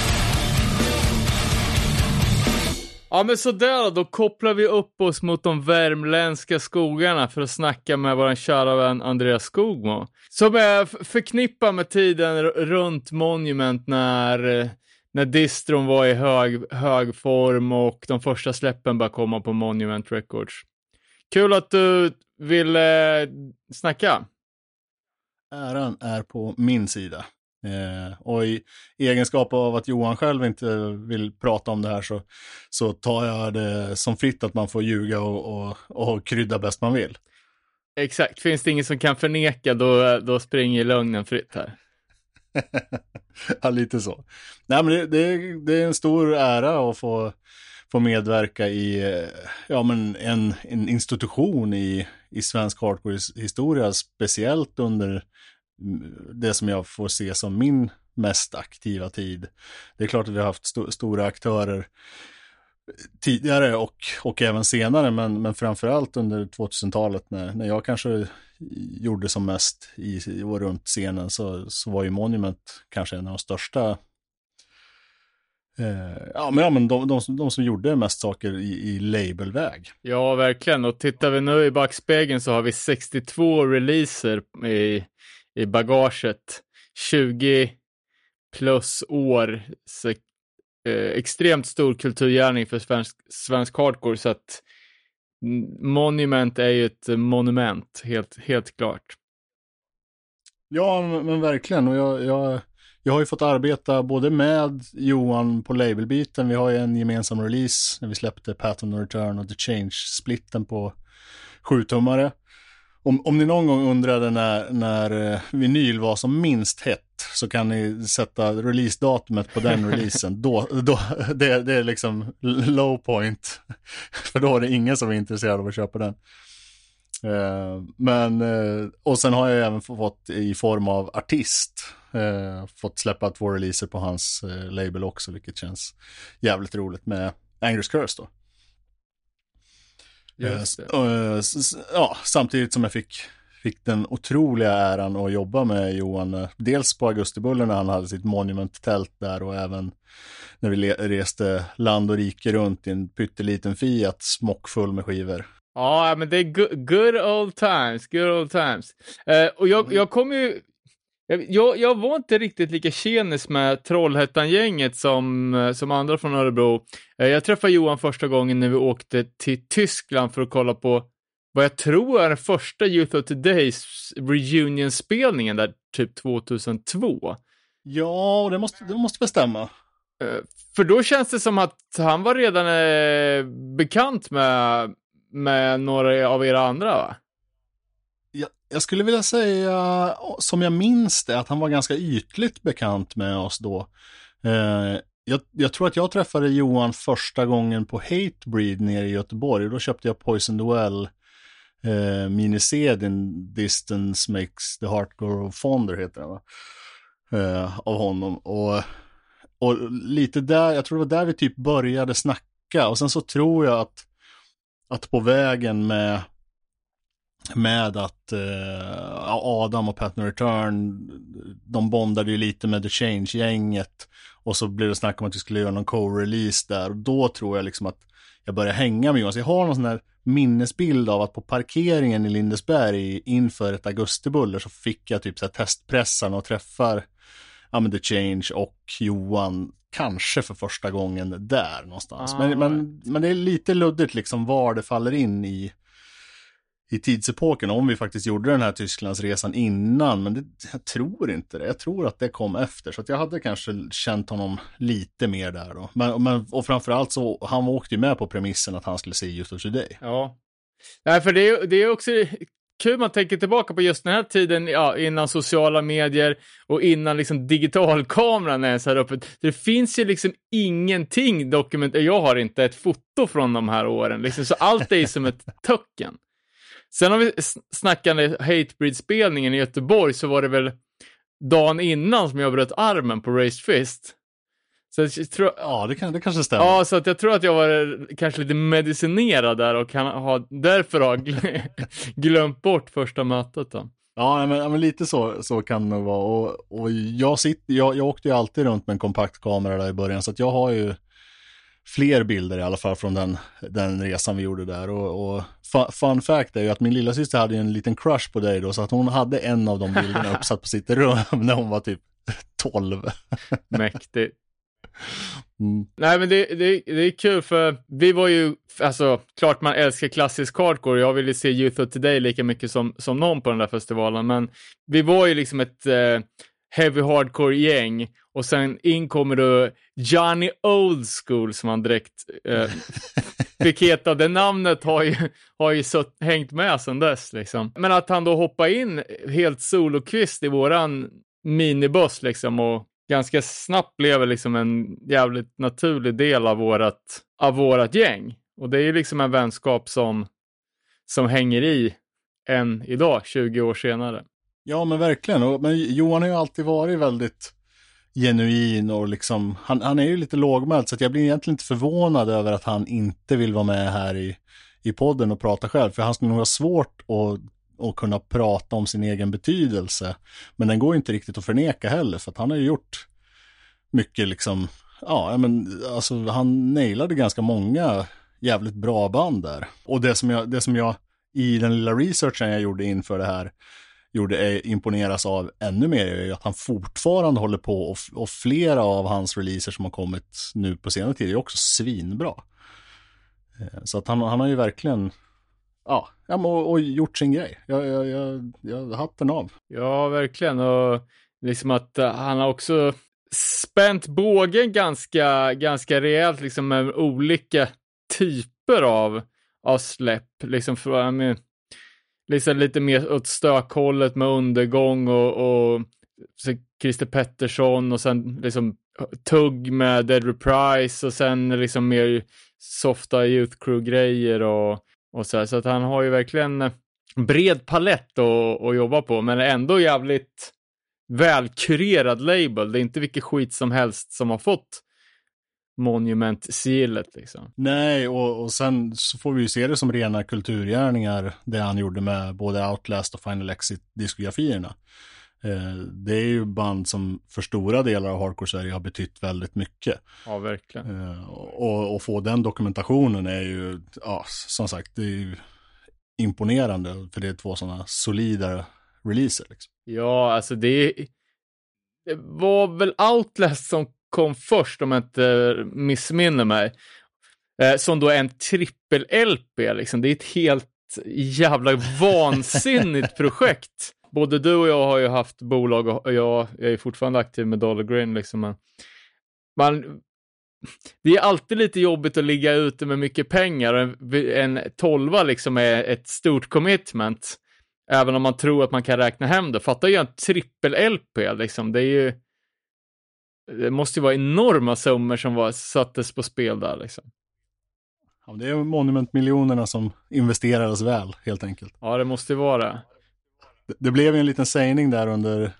Ja, men sådär då kopplar vi upp oss mot de värmländska skogarna för att snacka med vår kära vän Andreas Skogmo. Som är förknippad med tiden runt Monument när distron var i hög form och de första släppen började komma på Monument Records. Kul att du vill snacka. Äran är på min sida. Och i egenskap av att Johan själv inte vill prata om det här så tar jag det som fritt att man får ljuga och krydda bäst man vill. Exakt, finns det ingen som kan förneka, då springer lögnen fritt här. Ja, lite så. Nej, men det är en stor ära att få medverka i en institution i svensk hardcore-historia, speciellt under det som jag får se som min mest aktiva tid. Det är klart att vi har haft stora aktörer tidigare och även senare, men framförallt under 2000-talet när jag kanske gjorde som mest i och runt scenen, så var ju Monument kanske en av de största de som gjorde mest saker i labelväg. Ja, verkligen. Och tittar vi nu i backspegeln så har vi 62 releaser i bagaget. 20 plus år. Så, extremt stor kulturgärning för svensk hardcore, så att Monument är ju ett monument, helt klart. Ja, men verkligen. Och jag har ju fått arbeta både med Johan på labelbiten. Vi har ju en gemensam release när vi släppte Path of No Return och The Change-splitten på 7-tummare. Om ni någon gång undrade när vinyl var som minst hett, så kan ni sätta releasedatumet på den releasen. Då det är liksom low point. För då är det ingen som är intresserad av att köpa den. Och sen har jag även fått i form av artist fått släppa 2 releaser på hans label också, vilket känns jävligt roligt med Anger's Curse då. Samtidigt som jag fick den otroliga äran att jobba med Johan, dels på Augustibullen när han hade sitt monument-tält där, och även när vi reste land och rike runt i en pytteliten Fiat smockfull med skivor. Ja, men det är good old times. Och jag kom ju... Jag var inte riktigt lika tjenis med Trollhättan-gänget som andra från Örebro. Jag träffade Johan första gången när vi åkte till Tyskland för att kolla på vad jag tror är den första Youth of Today's reunion-spelningen där typ 2002. Ja, det måste bestämma. För då känns det som att han var redan bekant med några av era andra, va? Jag skulle vilja säga, som jag minns det, att han var ganska ytligt bekant med oss då. Jag tror att jag träffade Johan första gången på Hatebreed nere i Göteborg. Då köpte jag Poison the Well minisedin Distance Makes the Heart Grow Fonder, heter den, va? Av honom. Och lite där, jag tror det var där vi typ började snacka. Och sen så tror jag att på vägen med att Adam och Path of No Return, de bondade ju lite med The Change-gänget, och så blev det snack om att vi skulle göra någon co-release där, och då tror jag liksom att jag började hänga med Johan. Så jag har någon sån här minnesbild av att på parkeringen i Lindesberg inför ett augustibuller så fick jag typ så här testpressarna och träffar The Change och Johan kanske för första gången där någonstans. Men det är lite luddigt liksom var det faller in i tidsepoken, om vi faktiskt gjorde den här Tysklandsresan innan, men jag tror inte det. Jag tror att det kom efter, så att jag hade kanske känt honom lite mer där då. Men och framförallt så, han åkte ju med på premissen att han skulle se Youth of Today. Ja. Nej, för det är också kul, man tänker tillbaka på just den här tiden, innan sociala medier och innan liksom digitalkameran är så här uppe. Det finns ju liksom ingenting dokumenterat. Jag har inte ett foto från de här åren liksom, så allt är som ett töcken. Sen har vi snackande Hatebreed-spelningen i Göteborg, så var det väl dagen innan som jag bröt armen på Raised Fist. Så jag tror, ja, det kanske stämmer. Ja, så att jag tror att jag var kanske lite medicinerad där och därför har glömt bort första mötet då. Ja, men lite så kan det vara. Och jag åkte ju alltid runt med en kompaktkamera där i början, så att jag har ju fler bilder i alla fall från den resan vi gjorde där. Och fun fact är ju att min lilla syster hade en liten crush på dig då, så att hon hade en av de bilderna uppsatt på sitt rum när hon var typ 12. Mäktigt. Nej, men det är kul, för vi var ju, alltså klart man älskar klassisk hardcore. Jag ville se Youth of Today lika mycket som någon på den där festivalen, men vi var ju liksom ett heavy hardcore-gäng. Och sen in kommer då Johnny Old School som han direkt fick heta. Det namnet har ju hängt med sedan dess. Liksom. Men att han då hoppar in helt solokvist i våran minibuss liksom, och ganska snabbt blev liksom en jävligt naturlig del av vårat gäng. Och det är liksom en vänskap som hänger i än idag, 20 år senare. Ja, men verkligen. Men Johan har ju alltid varit väldigt genuin och liksom, han är ju lite lågmäld, så att jag blir egentligen inte förvånad över att han inte vill vara med här i podden och prata själv. För han skulle nog ha svårt att kunna prata om sin egen betydelse. Men den går inte riktigt att förneka heller, för att han har ju gjort mycket liksom, ja men alltså han nailade ganska många jävligt bra band där. Och det som jag i den lilla researchen jag gjorde inför det här imponeras av ännu mer är ju att han fortfarande håller på, och flera av hans releaser som har kommit nu på senare tid är också svinbra. Så att han har ju verkligen och gjort sin grej. Jag hatten av. Ja, verkligen. Och liksom att han har också spänt bågen ganska rejält liksom, med olika typer av släpp. Liksom liksom lite mer åt stökhållet med Undergång och Christer Pettersson, och sen liksom Tugg med Dead Reprise, och sen liksom mer softa Youth Crew-grejer och så här. Så att han har ju verkligen bred palett att jobba på, men ändå jävligt välkurerad label. Det är inte vilket skit som helst som har fått Monument-silet liksom. Nej, och sen så får vi ju se det som rena kulturgärningar, det han gjorde med både Outlast och Final Exit-diskografierna. Det är ju band som för stora delar av Hardcore-Sverige har betytt väldigt mycket. Ja, verkligen. Och få den dokumentationen är ju, ja, som sagt, det är ju imponerande, för det är 2 sådana solida releaser liksom. Ja, alltså det var väl Outlast som kom först, om jag inte missminner mig. Som då är en trippel-LP liksom. Det är ett helt jävla vansinnigt projekt. Både du och jag har ju haft bolag, och jag är fortfarande aktiv med Dollar Green liksom. Det är alltid lite jobbigt att ligga ute med mycket pengar. En 12 liksom är ett stort commitment. Även om man tror att man kan räkna hem det. Fattar ju en trippel-LP liksom. Det måste ju vara enorma summor som sattes på spel där liksom. Ja, det är Monument-miljonerna som investerades väl, helt enkelt. Ja, det måste ju vara det. Det blev en liten sägning där under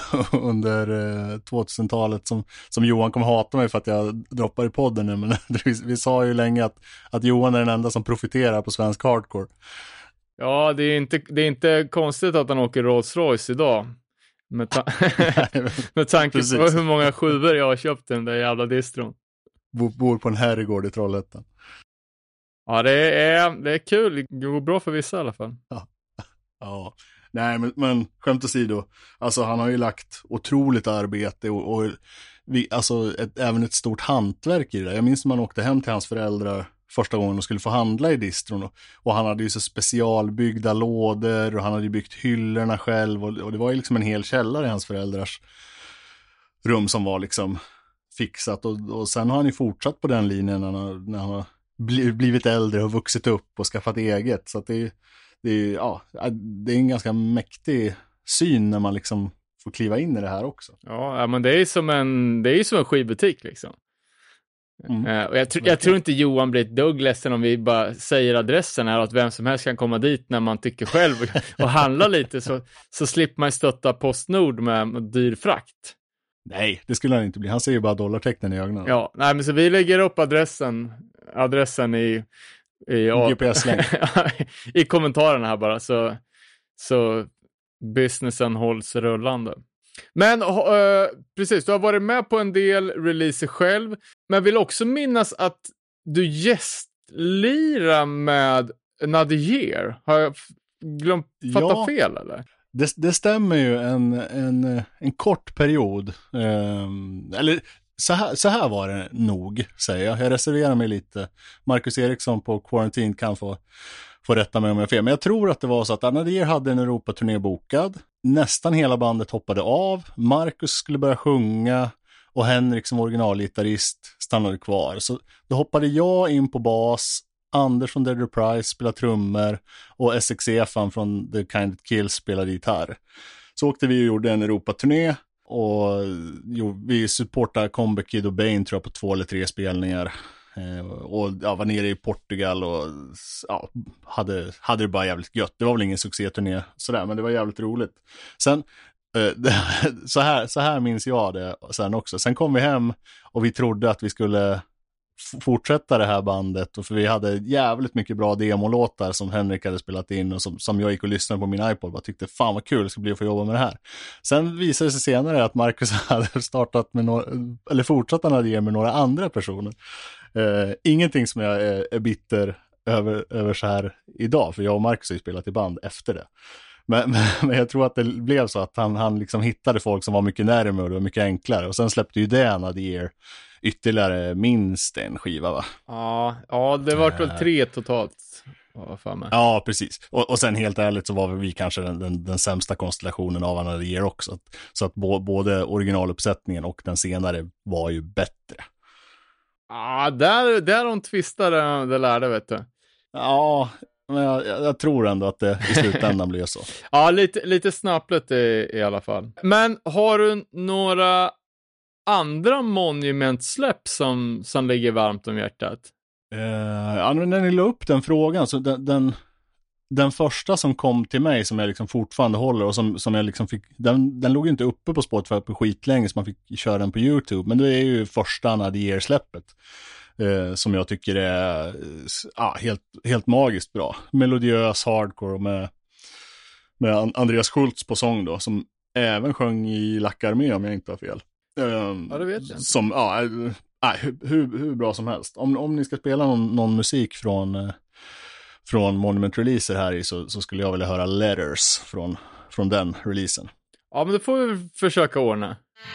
2000-talet som Johan kommer hata mig för att jag droppar i podden nu, men vi sa ju länge att Johan är den enda som profiterar på svensk hardcore. Ja, det är inte konstigt att han åker Rolls-Royce idag. Med tanke på hur många skivor jag har köpt den där jävla distron. Bor på en herrgård i Trollhättan. Ja, det är kul. Det går bra för vissa i alla fall. Ja. Nej, men skämt åsido. Alltså han har ju lagt otroligt arbete och även ett stort hantverk i det. Jag minns när man åkte hem till hans föräldrar första gången och skulle få handla i distron. Och han hade ju så specialbyggda lådor och han hade ju byggt hyllorna själv. Och det var ju liksom en hel källare i hans föräldrars rum som var liksom fixat. Och sen har han ju fortsatt på den linjen när han har blivit äldre och vuxit upp och skaffat eget. Så att det är en ganska mäktig syn när man liksom får kliva in i det här också. Ja, men det är som en skivbutik liksom. Och jag tror inte Johan blir ett dugg ledsen om vi bara säger adressen här, att vem som helst kan komma dit när man tycker själv och handla lite, så slipper man stötta PostNord med dyr frakt. Nej, det skulle han inte bli. Han ser ju bara dollartecknen i ögonen. Ja, nej, men så vi lägger upp adressen i GPS-länk. i kommentarerna här bara, så businessen hålls rullande. Men precis, du har varit med på en del releaser själv, men vill också minnas att du gästlirar med Another Year. Har jag fattat fel eller? Det stämmer ju en kort period. Eller så här var det nog, säger jag. Jag reserverar mig lite. Marcus Eriksson på Quarantine kan få rätta mig om jag är fel. Men jag tror att det var så att Another Year hade en Europa-turné bokad. nästan hela bandet hoppade av. Marcus skulle börja sjunga och Henrik som originalgitarrist stannade kvar. Så då hoppade jag in på bas, Anders från Dead Reprise spelade trummor och SXE-fan från The Kind That Kills spelade gitarr. Så åkte vi och gjorde en Europa-turné och vi supportade Comeback Kid och Bane tror jag på 2 eller 3 spelningar. Och var nere i Portugal och hade det bara jävligt gött. Det var väl ingen succéturné sådär, men det var jävligt roligt. Sen så här minns jag det sen också. Sen kom vi hem och vi trodde att vi skulle fortsätta det här bandet, och för vi hade jävligt mycket bra demolåtar som Henrik hade spelat in och som jag gick och lyssnade på min iPod och tyckte fan vad kul det ska bli att få jobba med det här. Sen visade det sig senare att Marcus hade startat med fortsatt med några andra personer. Ingenting som jag är bitter över så här idag, för jag och Marcus har ju spelat i band efter det. Men jag tror att det blev så att han liksom hittade folk som var mycket närmare och det var mycket enklare. Och sen släppte ju Dan of the Year ytterligare minst en skiva, va? Ja, det var väl 3 totalt. Ja, precis. Och sen helt ärligt så var vi kanske den sämsta konstellationen av Another Year också. Så att både originaluppsättningen och den senare var ju bättre. Ja, där de tvistade, det lärde, vet du. Ja, men jag tror ändå att det i slutändan blev så. Ja, lite snappligt i alla fall. Men har du några andra monumentsläpp som ligger varmt om hjärtat? Ja, men när ni la upp den frågan så den första som kom till mig som jag liksom fortfarande håller och som jag liksom fick, den låg ju inte uppe på Spotify på skitlänge så man fick köra den på YouTube, men det är ju första Another Year-släppet som jag tycker är helt magiskt bra. Melodiös hardcore och med Andreas Schultz på sång då, som även sjöng i Lackarmé om jag inte har fel. Ja, det vet jag. Som, hur bra som helst. Om ni ska spela någon musik från Monument Releaser här i så skulle jag vilja höra Letters från den releasen. Ja, men det får vi försöka ordna.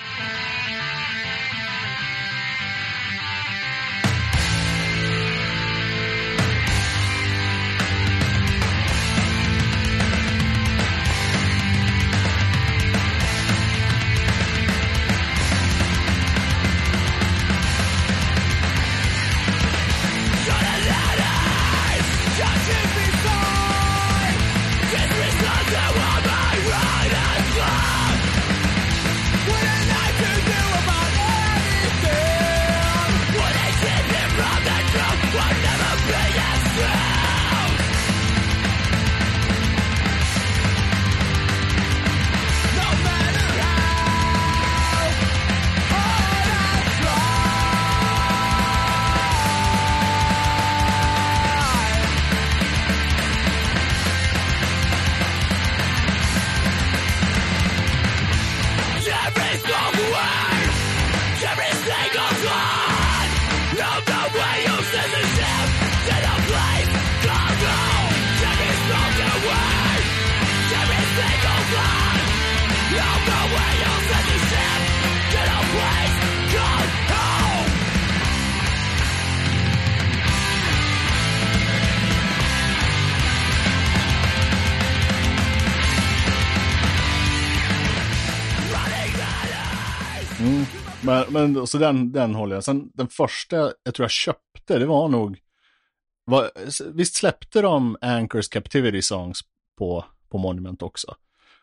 Men så den håller jag. Sen den första jag tror jag köpte, det var nog visst släppte de Anchors Captivity Songs på Monument också?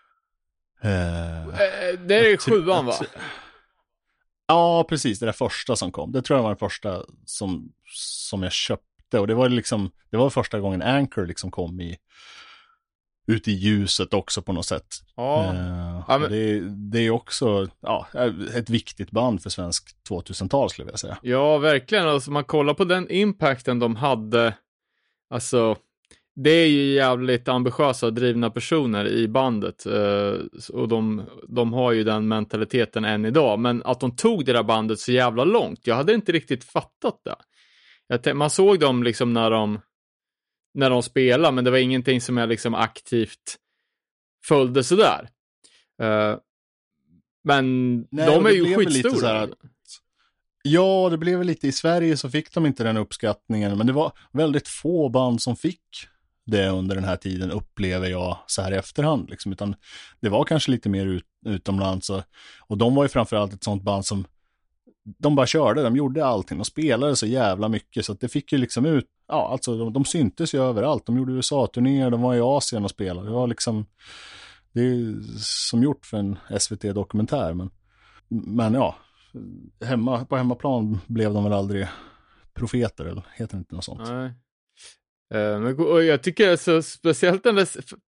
Det är 7:an, va? Ja, precis, det där första som kom. Det tror jag var den första som jag köpte, och det var första gången Anchor liksom kom ut i ljuset också på något sätt. Ja. Men det är också ett viktigt band för svensk 2000-tal skulle jag säga. Ja, verkligen. Alltså, man kollar på den impacten de hade. Alltså, det är ju jävligt ambitiösa och drivna personer i bandet. Och de har ju den mentaliteten än idag. Men att de tog det där bandet så jävla långt. Jag hade inte riktigt fattat det. Man såg dem liksom när de spelade, men det var ingenting som jag liksom aktivt följde sådär. Men de är ju skitstora. Ja, det blev lite i Sverige så fick de inte den uppskattningen, men det var väldigt få band som fick det under den här tiden, upplever jag så här i efterhand liksom, utan det var kanske lite mer utomlands och de var ju framförallt ett sånt band som de bara körde, de gjorde allting, de spelade så jävla mycket så att det fick ju liksom ut, ja alltså de syntes ju överallt, de gjorde USA-turnéer, de var i Asien och spelade, det var liksom, det är som gjort för en SVT-dokumentär, men ja, på hemmaplan blev de väl aldrig profeter, eller heter det inte något sånt? Nej. Och jag tycker alltså, speciellt den där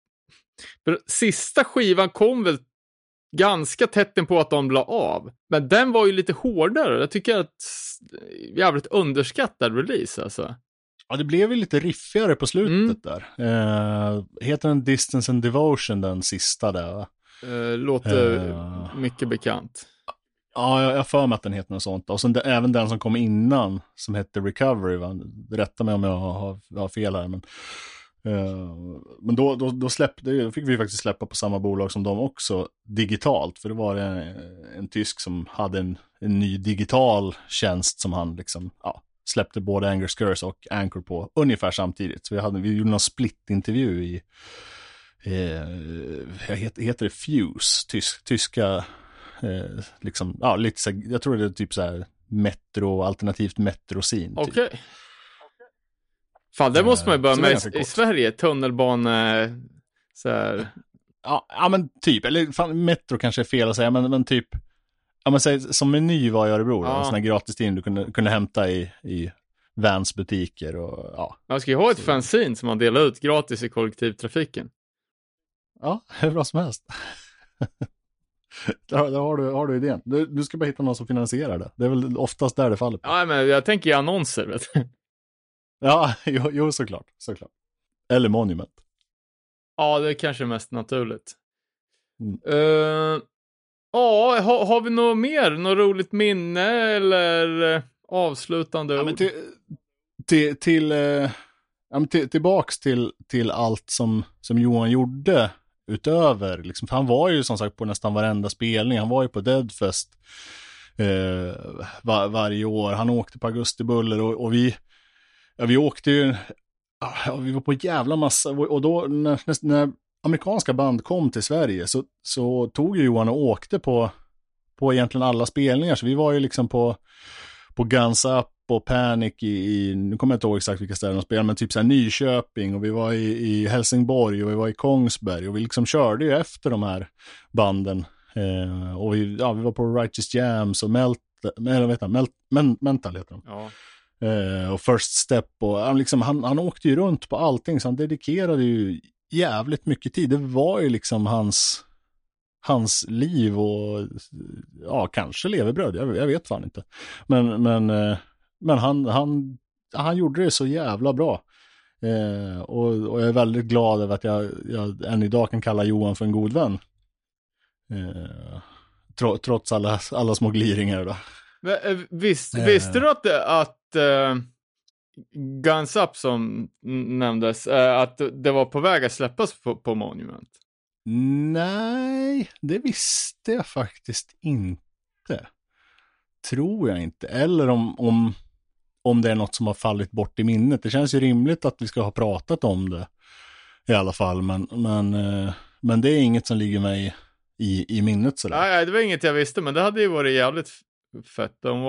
sista skivan kom väl ganska tätt på att de la av. Men den var ju lite hårdare. Jag tycker att jävligt underskattad release alltså. Ja, det blev ju lite riffigare på slutet där. Heter den Distance and Devotion, den sista där, va? Låter mycket bekant. Ja, jag för mig att den heter något sånt. Och sen även den som kom innan, som hette Recovery, va? Rätta mig om jag har fel här, men då fick vi faktiskt släppa på samma bolag som de också digitalt, för det var en tysk som hade en ny digital tjänst som han liksom, ja, släppte både Anger's Curse och Anchor på ungefär samtidigt. Så vi gjorde någon split-intervju i heter det Fuse, tyska liksom, ja, lite så, jag tror det är typ så här alternativt metro-scene. Okej. Typ. Fan, det måste man ju börja med i Sverige, tunnelbana så här. Ja, men typ, eller fan, metro kanske är fel att säga, men typ, ja men säg, som Meny var i Örebro, en sån här gratistidning du kunde hämta i Vans butiker och ja. Man ska ju ha ett fanzine som man delar ut gratis i kollektivtrafiken. Ja, hur bra som helst. Där har du idén. Du ska bara hitta någon som finansierar det. Det är väl oftast där det faller på. Ja, men jag tänker i annonser, vet du. Ja, jo såklart. Eller Monument. Ja, det är kanske mest naturligt. Har vi något mer? Något roligt minne eller avslutande ord? Men tillbaks till allt som Johan gjorde utöver, liksom, för han var ju som sagt på nästan varenda spelning. Han var ju på Deadfest varje år. Han åkte på Augustibuller och vi åkte ju, vi var på jävla massa, och då när amerikanska band kom till Sverige så tog ju Johan och åkte på egentligen alla spelningar. Så vi var ju liksom på Guns Up och Panic nu kommer jag inte ihåg exakt vilka ställen de spelade, men typ så här Nyköping, och vi var i Helsingborg och vi var i Kongsberg, och vi liksom körde ju efter de här banden. Och vi var på Righteous Jams och Mental heter de. Ja. Och First Step, och liksom, han åkte ju runt på allting, så han dedikerade ju jävligt mycket tid. Det var ju liksom hans liv och ja, kanske levebröd, jag vet fan inte. Men han gjorde det så jävla bra. Och jag är väldigt glad över att jag än idag kan kalla Johan för en god vän. Trots alla små gliringar då. Visste du att Guns Up som nämndes, att det var på väg att släppas på Monument? Nej, det visste jag faktiskt inte. Tror jag inte. Eller om det är något som har fallit bort i minnet. Det känns ju rimligt att vi ska ha pratat om det i alla fall. Men det är inget som ligger mig i minnet sådär. Nej, det var inget jag visste, men det hade ju varit jävligt fett. De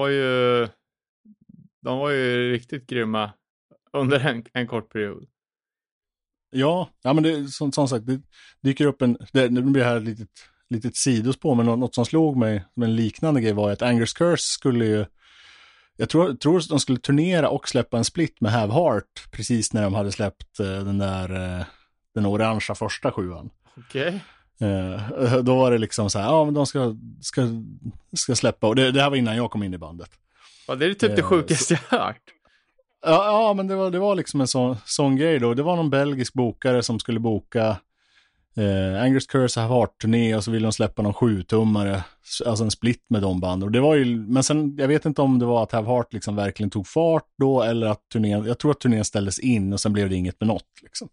var ju riktigt grymma under en kort period. Ja, men det som sagt, det dyker upp det blir här ett litet sidospår, men något som slog mig som en liknande grej var att Anger's Curse skulle ju, jag tror att de skulle turnera och släppa en split med Have Heart precis när de hade släppt den orangea första 7:an. Okej. Då var det liksom så här, ja men de ska släppa, och det här var innan jag kom in i bandet. Ja, det är typ det sjukaste jag hört. Ja, men det var liksom en sån grej då. Det var någon belgisk bokare som skulle boka Anger's Curse Have Heart-turné, och så ville de släppa någon 7-tummare, alltså en split med de band. Och det var ju, men sen, jag vet inte om det var att Have Heart liksom verkligen tog fart då, eller att jag tror att turnén ställdes in och sen blev det inget med något liksom.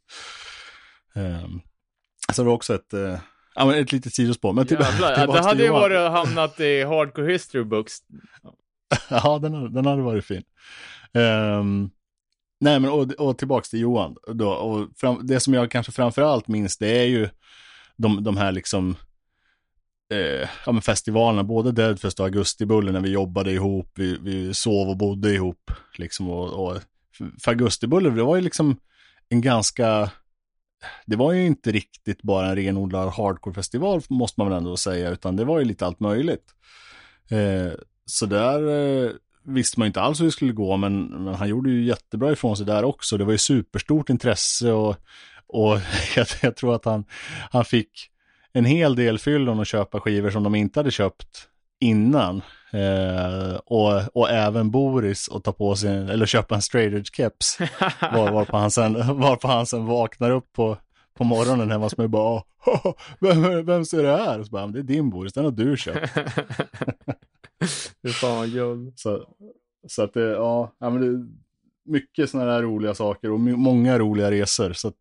Så det var också ett litet sidospår. Men det hade ju varit hamnat i Hardcore History Books. Ja, den hade varit fin. Nej, men och tillbaks till Johan då, och det som jag kanske framförallt minns, det är ju de här liksom men festivalerna, både Deadfest och Augustibullen, när vi jobbade ihop, vi sov och bodde ihop liksom, och för Augustibullen, det var ju liksom en ganska, det var ju inte riktigt bara en renodlad hardcore-festival, måste man väl ändå säga, utan det var ju lite allt möjligt. Så där visste man inte alls hur det skulle gå, men han gjorde ju jättebra ifrån sig där också. Det var ju superstort intresse, och jag tror att han fick en hel del fyllon att köpa skivor som de inte hade köpt innan. Och även Boris att ta på sig eller köpa en straight edge keps. Varpå han sen vaknar upp på morgonen hemma hos mig och bara, vem ser det här? Och så bara, det är din Boris, den har du köpt. Det är fan guld. Så att det, men det är mycket sådana här roliga saker och många roliga resor. Så att,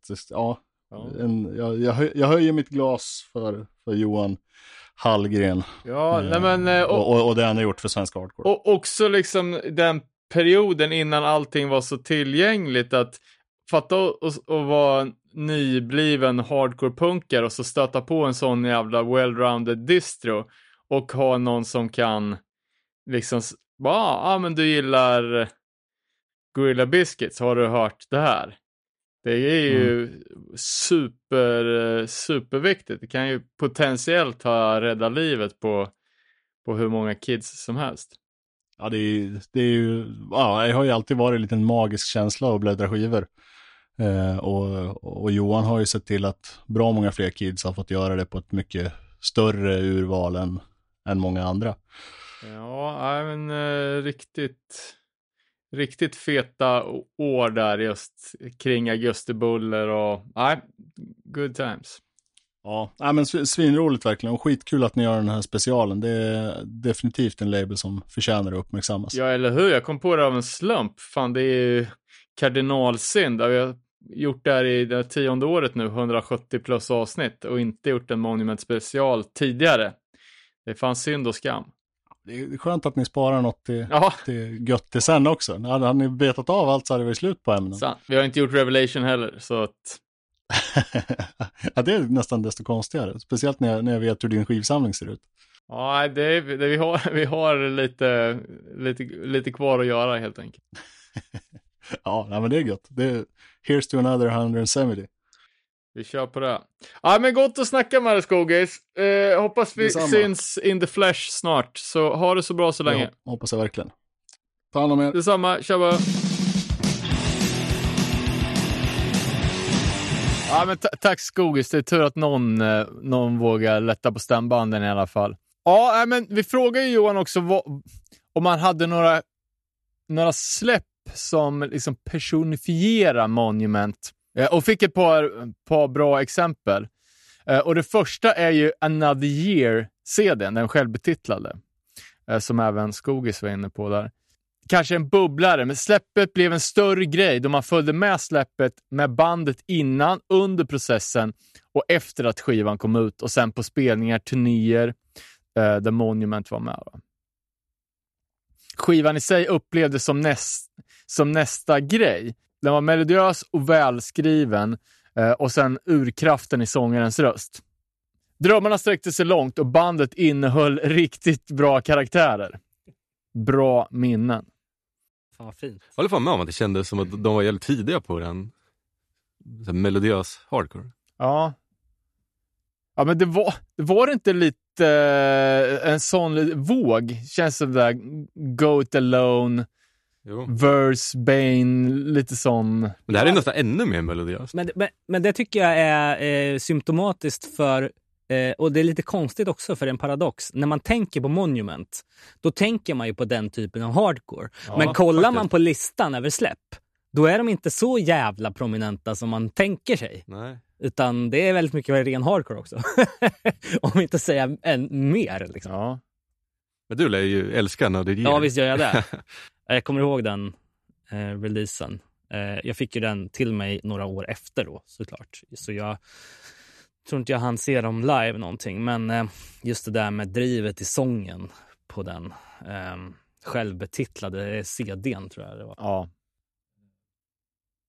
jag höjer mitt glas för Johan Hallgren. Ja, och det han har gjort för svensk hardcore. Och också liksom den perioden innan allting var så tillgängligt, att fatta och vara nybliven hardcore-punkare och så stöta på en sån jävla well-rounded distro och ha någon som kan liksom men du gillar Gorilla Biscuits, har du hört det här? Det är ju superviktigt. Det kan ju potentiellt rädda livet på hur många kids som helst. Ja, det är ju, jag har ju alltid varit en liten magisk känsla att bläddra skivor. Och Johan har ju sett till att bra många fler kids har fått göra det på ett mycket större urval än många andra. Ja, men riktigt feta år där just kring Augustibuller och good times. Ja, men svinroligt verkligen, och skitkul att ni gör den här specialen. Det är definitivt en label som förtjänar att uppmärksammas. Ja, eller hur? Jag kom på det av en slump. Fan, det är ju kardinalsynd. Vi har gjort det här i det 10:e året nu, 170 plus avsnitt, och inte gjort en Monument special tidigare. Det är fan synd och skam. Det är skönt att ni sparar något till gött till sen också. Hade ni betat av allt så hade vi slut på ämnen. Sant. Vi har inte gjort Revelation heller, så att... Ja, det är nästan desto konstigare. Speciellt när jag vet hur din skivsamling ser ut. Ja, vi har lite kvar att göra helt enkelt. Ja, men det är gott. Here's to another 170. Vi kör på det. Ja, men gott att snacka med dig, Skogis. Hoppas vi syns in the flesh snart. Så ha det så bra så länge. Ja, hoppas jag verkligen. Ta hand om er. Detsamma, tjaba. Ja, men tack Skogis. Det är tur att någon vågar lätta på stämbanden i alla fall. Ja, men vi frågar ju Johan också om han hade några släpp som liksom personifierar Monument. Och fick ett par bra exempel. Och det första är ju Another Year-CDn, den självbetitlade. Som även Skogis var inne på där. Kanske en bubblare, men släppet blev en större grej då man följde med släppet med bandet innan, under processen och efter att skivan kom ut. Och sen på spelningar, turnéer där Monument var med. Va? Skivan i sig upplevdes som nästa grej. Den var melodiös och välskriven och sen urkraften i sångarens röst. Drömmarna sträckte sig långt och bandet innehöll riktigt bra karaktärer. Bra minnen. Fan vad fint. Jag håller fan med om att det kändes som att de var jävligt tidiga på den melodiös hardcore. Ja. Ja, men det var inte lite en sån våg. Känns som det där Go It Alone, Verse, Bane, lite sån. Men det här är nästan ännu mer melodiöst. Men det tycker jag är symptomatiskt för, och det är lite konstigt också för en paradox. När man tänker på Monument, då tänker man ju på den typen av hardcore. Ja, men kollar man på listan över släpp, då är de inte så jävla prominenta som man tänker sig. Nej. Utan det är väldigt mycket ren hardcore också. Om inte säga än mer. Liksom. Ja. Men du lär ju älska när det ger. Ja, visst gör jag det. Jag kommer ihåg den releasen. Jag fick ju den till mig några år efter då, såklart. Så jag tror inte jag hann se dem live någonting. Men just det där med drivet i sången på den självbetitlade CD:n tror jag det var. Ja.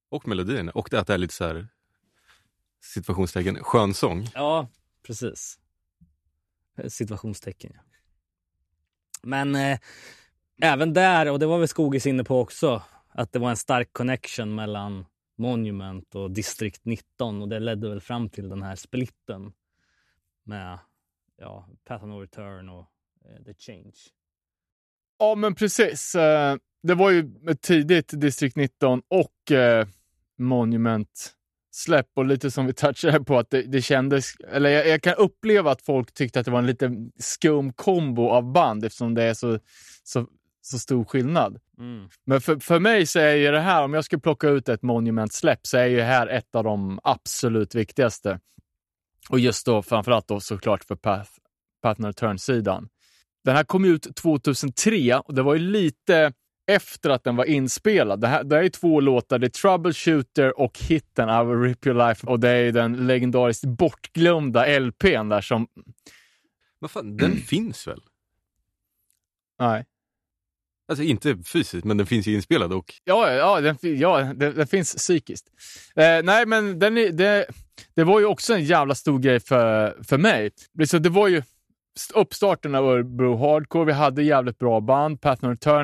Och melodin. Och att det är lite så här situationstecken skönsång. Ja, precis. Situationstecken, ja. Men även där, och det var väl Skogis inne på också, att det var en stark connection mellan Monument och District 19, och det ledde väl fram till den här splitten med Path of No Return och The Change. Ja, men precis. Det var ju ett tidigt District 19 och Monument släpp, och lite som vi touchade på att det kändes, eller jag kan uppleva att folk tyckte att det var en lite skum kombo av band eftersom det är så stor skillnad. Men för mig så är ju det här, om jag skulle plocka ut ett Monument-släpp, så är ju det här ett av de absolut viktigaste. Och just då framförallt då såklart för Path No Return-sidan. Den här kom ut 2003 och det var ju lite efter att den var inspelad. Det är 2 låtar, det är Troubleshooter och hitten I Will Rip Your Life, och det är den legendariskt bortglömda LPn där som... Vad fan, den finns väl? Nej. Alltså inte fysiskt, men den finns ju inspelad och... Den finns psykiskt. Nej, men det var ju också en jävla stor grej för mig. Så det var ju uppstarten av Örebro Hardcore. Vi hade jävligt bra band. Path No Return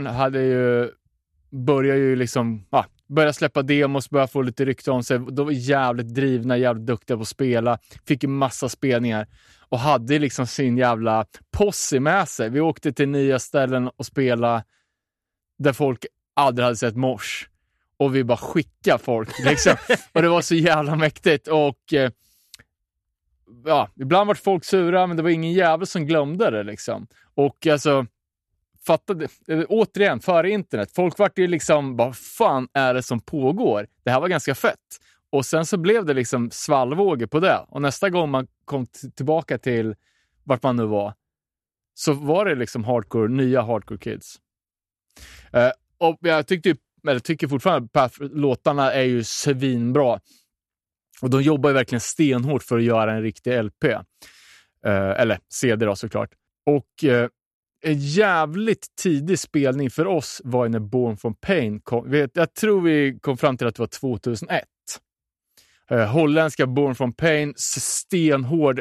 började släppa demos, började få lite rykte om sig. De var jävligt drivna, jävligt duktiga på att spela. Fick ju massa spelningar. Och hade liksom sin jävla posse med sig. Vi åkte till nya ställen och spela där folk aldrig hade sett mors. Och vi bara skickade folk. Liksom. Och det var så jävla mäktigt. Och ibland var folk sura, men det var ingen jävel som glömde det. Liksom. Och alltså, fattade, återigen, före internet. Folk var ju liksom, vad fan är det som pågår? Det här var ganska fett. Och sen så blev det liksom svallvågor på det. Och nästa gång man kom tillbaka till vart man nu var, så var det liksom nya hardcore kids. Och jag tycker fortfarande att låtarna är ju svinbra. Och de jobbar ju verkligen stenhårt för att göra en riktig LP. Eller CD då såklart. Och en jävligt tidig spelning för oss var när Born From Pain kom. Jag tror vi kom fram till att det var 2001. Holländska Born From Pain, stenhård,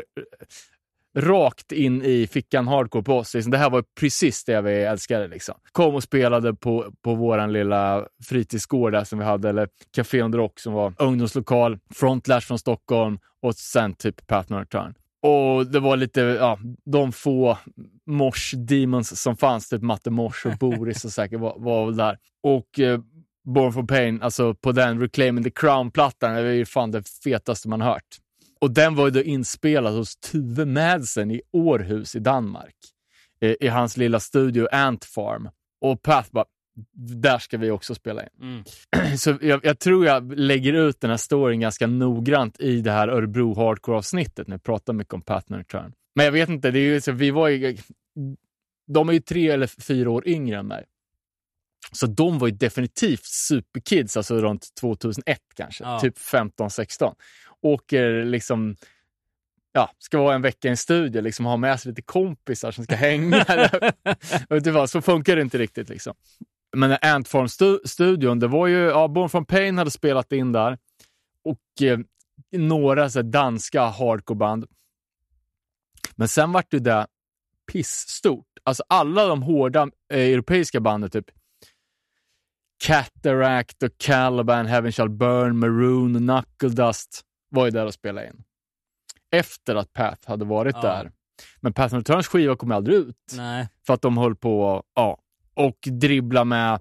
rakt in i fickan hardcore på oss. Det här var precis det vi älskade. Liksom. Kom och spelade på våran lilla fritidsgård där som vi hade, eller Café on the Rock som var ungdomslokal, Frontlash från Stockholm och sen typ Path No Return. Och det var lite, de få Mors Demons som fanns, typ Matte Mors och Boris och säkert var väl där. Och Born From Pain, alltså på den Reclaiming the Crown-plattan, det är ju fan det fetaste man hört. Och den var ju då inspelad hos Tuve Madsen i Århus i Danmark. I hans lilla studio Ant Farm. Och Path bara, där ska vi också spela in. Så jag tror jag lägger ut den här storyn ganska noggrant i det här Örebro Hardcore-avsnittet när jag pratar mycket om Path No Return. Men jag vet inte, det är ju, så de är ju 3 eller 4 år yngre än mig. Så de var ju definitivt superkids, alltså runt 2001 kanske, typ 15-16. Åker liksom, ska vara en vecka i en studio, liksom ha med sig lite kompisar som ska hänga. Så funkar det inte riktigt liksom. Men Antform-studion, det var ju, Born From Pain hade spelat in där. Och några så danska hardcore-band. Men sen var det där pissstort. Alltså alla de hårda europeiska banden, typ Cataract och Caliban, Heaven Shall Burn, Maroon och Knuckle Dust, var ju där att spela in. Efter att Path hade varit där. Men Path No Returns skiva kom aldrig ut. Nej. För att de höll på och dribbla med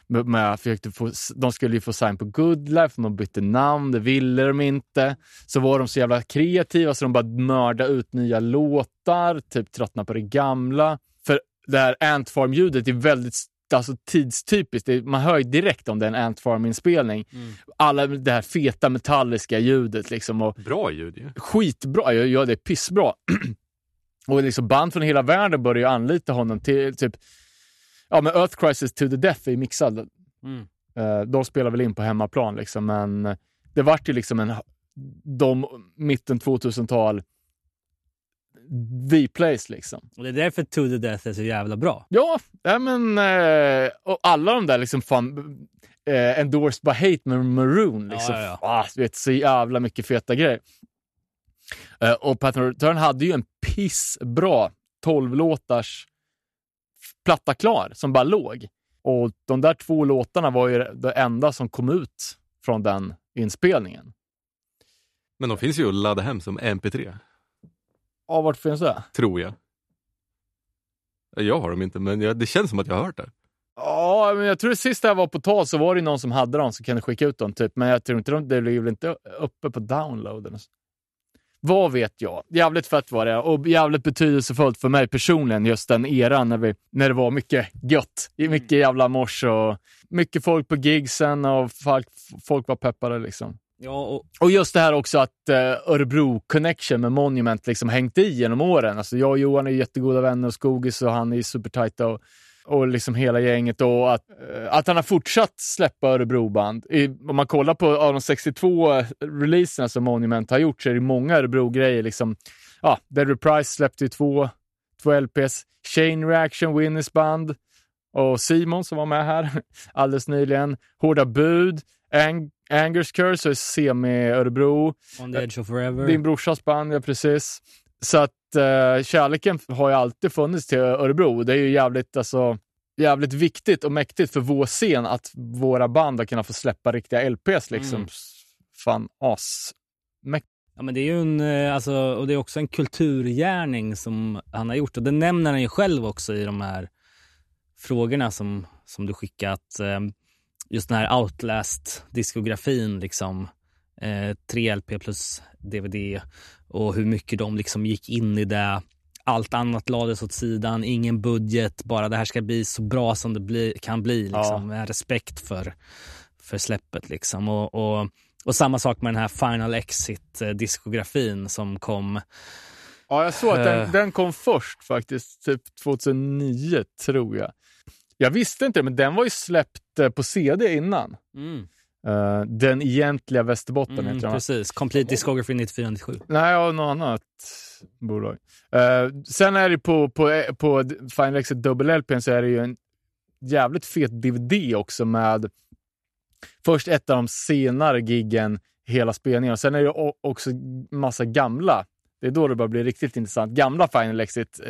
de skulle ju få sign på Good Life, de bytte namn, det ville de inte. Så var de så jävla kreativa så de bara mörda ut nya låtar, typ tröttna på det gamla. För det här Antfarm-ljudet är väldigt tidstypiskt. Man hör ju direkt om det är en Antfarm-inspelning. Alla det här feta metalliska ljudet liksom. Och bra ljud ju. Skitbra, ja det är pissbra. Och liksom band från hela världen börjar ju anlita honom till typ med Earth Crisis to the Death är mixad. De spelar väl in på hemmaplan liksom, men det vart ju liksom mitten 2000-tal the place liksom. Och det är därför To the Death är så jävla bra. Ja, men och alla de där liksom fan Endorsed by Hate med Maroon. Liksom. Vet, så jävla mycket feta grejer. Och Pattern Return hade ju en pissbra 12-låtars platta klar som bara låg. Och de där 2 låtarna var ju det enda som kom ut från den inspelningen. Men de finns ju att ladda hem som MP3. Ja, vart finns det? Tror jag. Jag har dem inte, men det känns som att jag har hört det. Ja, men jag tror sist jag var på tal så var det någon som hade dem så kan du skicka ut dem typ. Men jag tror inte det blev inte uppe på downloaden. Vad vet jag? Jävligt fett var det. Och jävligt betydelsefullt för mig personligen just den eran när det var mycket gött. Mycket jävla mors och mycket folk på gigsen och folk var peppade liksom. Ja, och just det här också att Örebro Connection med Monument liksom hängt i genom åren. Alltså jag och Johan är jättegoda vänner och Skogis och han är supertajta och liksom hela gänget. Och att han har fortsatt släppa Örebro-band. Om man kollar på av de 62 releaserna som Monument har gjort så är det många Örebro-grejer. Liksom, Dead Reprise släppte ju två LPs. Chain Reaction, Winnis band och Simon som var med här alldeles nyligen. Hårda bud, Angers Curse och semi Örebro. On the Edge of Forever. Din brorsas band, ja precis. Så att kärleken har ju alltid funnits till Örebro. Det är ju jävligt viktigt och mäktigt för vår scen att våra band har kunnat få släppa riktiga LPs liksom. Fan, asmäktigt. Ja, men det är ju och det är också en kulturgärning som han har gjort. Och det nämner han ju själv också i de här frågorna som du skickat. Just den här Outlast-diskografin liksom. 3 LP plus DVD och hur mycket de liksom gick in i det. Allt annat lades åt sidan, ingen budget, bara det här ska bli så bra som det kan bli liksom, med respekt för släppet liksom. Och samma sak med den här Final Exit-diskografin som kom. Ja, jag såg att den kom först faktiskt, typ 2009 tror jag. Jag visste inte det, men den var ju släppt på CD innan. Den egentliga Västerbotten heter den. Precis, Complete Discography 94-97. Nej, något annat bolag. Sen är det på Final Exit Double LPn så är det ju en jävligt fet DVD också med först ett av de senare giggen hela spelningen. Och sen är det också massa gamla. Det är då det bara blir riktigt intressant. Gamla Final Exit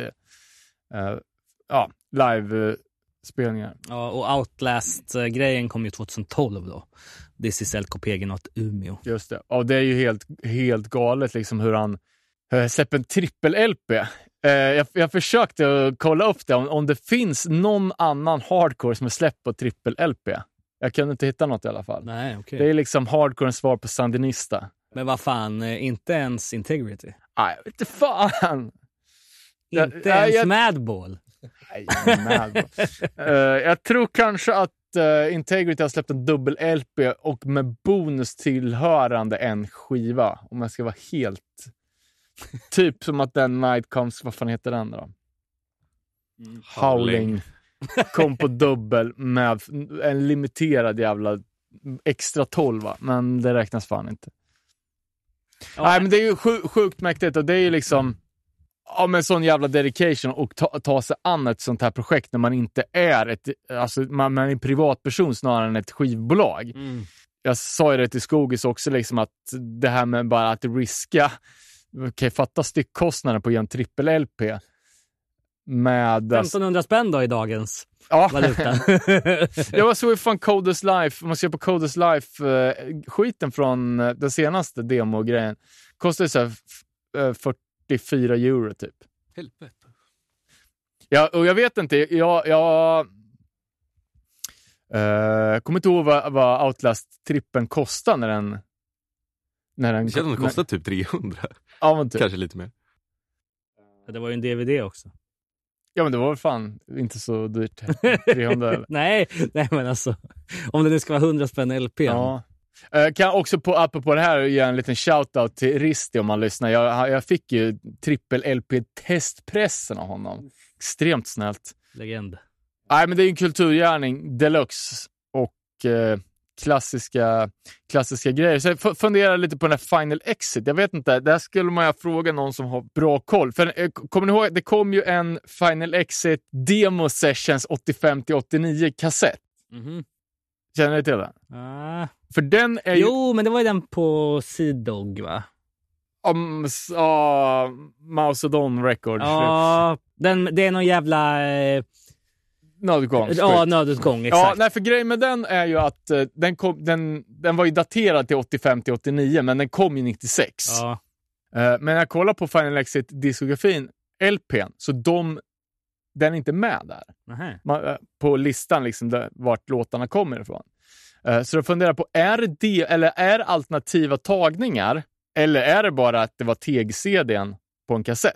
live-spelningar. Ja, och Outlast-grejen kom ju 2012 då. This is LKPG Not Umeå. Just det. Och det är ju helt galet liksom hur han släpper en trippel-LP. Jag försökte kolla upp det om det finns någon annan hardcore som är släppt på trippel-LP. Jag kunde inte hitta något i alla fall. Nej, okay. Det är liksom hardcore svar på Sandinista. Men vad fan, inte ens Integrity? Nej, jag vet inte fan. Inte ens Madball? Nej, Madball. Jag tror kanske att Integrity har släppt en dubbel LP och med bonus tillhörande en skiva. Om jag ska vara helt... typ som att den Night Comes, vad fan heter den då? Howling. Kom på dubbel med en limiterad jävla extra 12, men det räknas fan inte. Nej, men det är ju sjukt mäktigt och det är ju liksom med sån jävla dedication och ta sig an ett sånt här projekt när man inte är man är en privatperson snarare än ett skivbolag. Jag sa ju det till Skogis också liksom att det här med bara att riska fatta styckkostnaden på en trippel LP med 1500 spänn då i dagens valuta. Jag var så fan Coders Life, om man ser på Coders Life skiten från den senaste demo-grejen kostar så här 44 euro typ. Helvete. Ja, och jag vet inte, jag kommer inte ihåg vad Outlast-trippen kostade när den det känns som det kostar typ 300. Ja, men typ. Kanske lite mer. Det var ju en DVD också. Ja, men det var väl fan inte så dyrt. 300. nej, men alltså om det nu ska vara 100 spänn LP. Ja. Kan också på det här ge en liten shoutout till Risti om man lyssnar. Jag fick ju trippel LP-testpressen av honom. Extremt snällt. Legend. Nej, men det är en kulturgärning deluxe och klassiska grejer. Så jag funderar lite på den här Final Exit. Jag vet inte, där skulle man ju fråga någon som har bra koll. För kommer ni ihåg, det kom ju en Final Exit Demo Sessions 85-89 kassett. Känner du till den? Ah. För den är ju... Jo, men det var ju den på Sea-Dog, va? Mausedon Records. Ja, det är någon jävla... Nödutgång. Ja, nödutgång, exakt. Ja, nej, för grejen med den är ju att den var ju daterad till 85-89, men den kom ju 96. Ja. Men jag kollar på Final Exit-diskografin, LPn, så den är inte med där. På listan liksom vart låtarna kommer ifrån. Så jag funderar på, är alternativa tagningar, eller är det bara att det var teg-CDn på en kassett?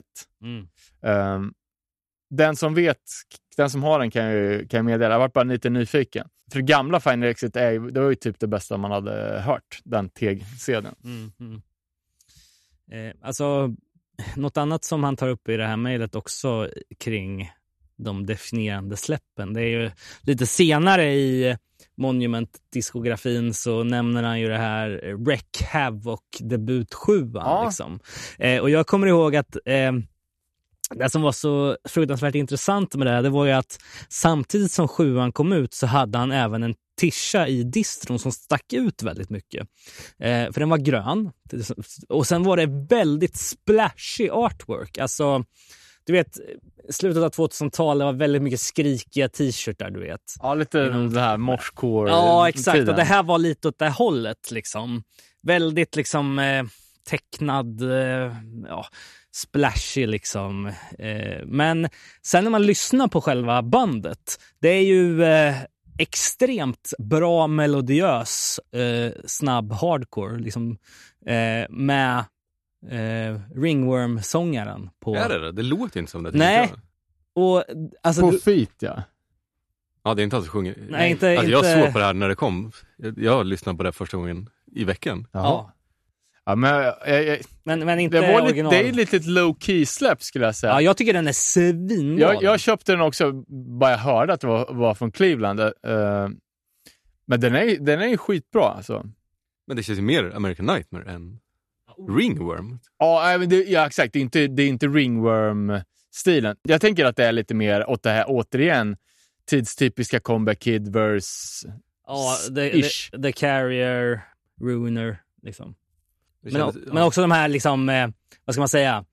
Den som har den kan jag meddela. Jag har varit bara lite nyfiken. För gamla Final Exit det var ju typ det bästa man hade hört, den teg-CDn. Alltså, något annat som han tar upp i det här mejlet också kring de definierande släppen. Det är ju lite senare i Monument-diskografin så nämner han ju det här Wreck Havoc debut 7. Liksom. Och jag kommer ihåg att det som var så fruktansvärt intressant med det var ju att samtidigt som 7 kom ut så hade han även en tischa i distron som stack ut väldigt mycket. För den var grön. Och sen var det väldigt splashy artwork. Alltså, du vet, slutet av 2000-talet var väldigt mycket skrikiga t-shirtar, du vet. Ja, lite det här morsecore. Ja, exakt. Tiden. Och det här var lite åt det hållet, liksom. Väldigt, liksom, tecknad, splashy, liksom. Men sen när man lyssnar på själva bandet, det är ju extremt bra melodiös, snabb hardcore, liksom, med Ringworm-sångaren på... Är det? Det låter inte som det. Nej. Och, alltså, på Feet, ja. Ja, det är inte alls sjunger. Nej, inte... Jag såg på det här när det kom. Jag lyssnade på det första gången i veckan. Ja. Ja, men inte det original. Det är lite ett low-key släpp, skulle jag säga. Ja, jag tycker den är svinbra. Jag köpte den också, bara jag hörde att det var från Cleveland. Men den är skitbra, alltså. Men det känns ju mer American Nightmare än Ringworm. Ja, men exakt. Det är inte Ringworm-stilen. Jag tänker att det är lite mer åt det här, återigen, tidstypiska Comeback Kid-verse. Ja, The Carrier, Ruiner, liksom. Men också de här, liksom, vad ska man säga,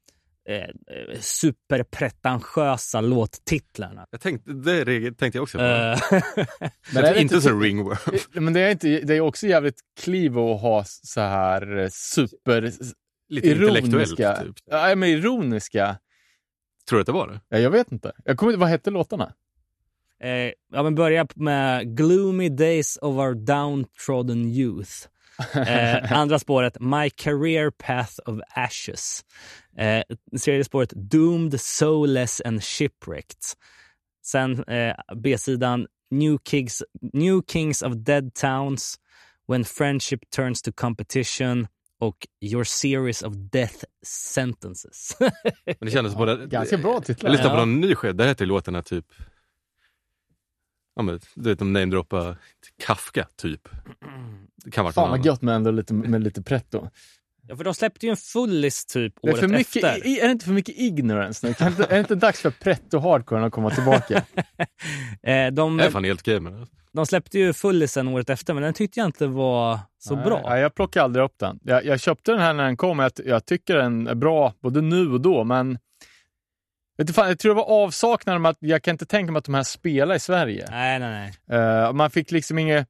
superpretentiösa låttitlarna. Det tänkte jag också på. Men det är inte så Ringworm. Men det är också jävligt kliv att ha så här super... Lite intellektuellt, typ. Ja, men ironiska. Tror du att det var det? Ja, jag vet inte. Vad hette låtarna? Ja, men börja med Gloomy Days of Our Downtrodden Youth. Andra spåret My Career Path of Ashes. Tredje spåret Doomed, Soulless and Shipwrecked. Sen B-sidan New Kings of Dead Towns, When Friendship Turns to Competition och Your Series of Death Sentences. Men det kändes både ganska bra titlar. Jag lyssnade på någon ny sked. Där heter låtarna typ, ja, men du vet, de namedroppar Kafka typ. Det kan vara. Fan vad gött med ändå lite pretto. Ja, för de släppte ju en fullis typ året för mycket, efter. Är det inte för mycket ignorance nu? Är det inte dags för pretto hardcore att komma tillbaka? Jag är fan helt gamer. De släppte ju fullisen året efter, men den tyckte jag inte var så bra. Nej, jag plockade aldrig upp den. Jag köpte den här när den kom. Jag tycker den är bra både nu och då, men jag tror det var avsaknaden med att jag kan inte tänka mig att de här spelar i Sverige. Nej. Man fick liksom inget...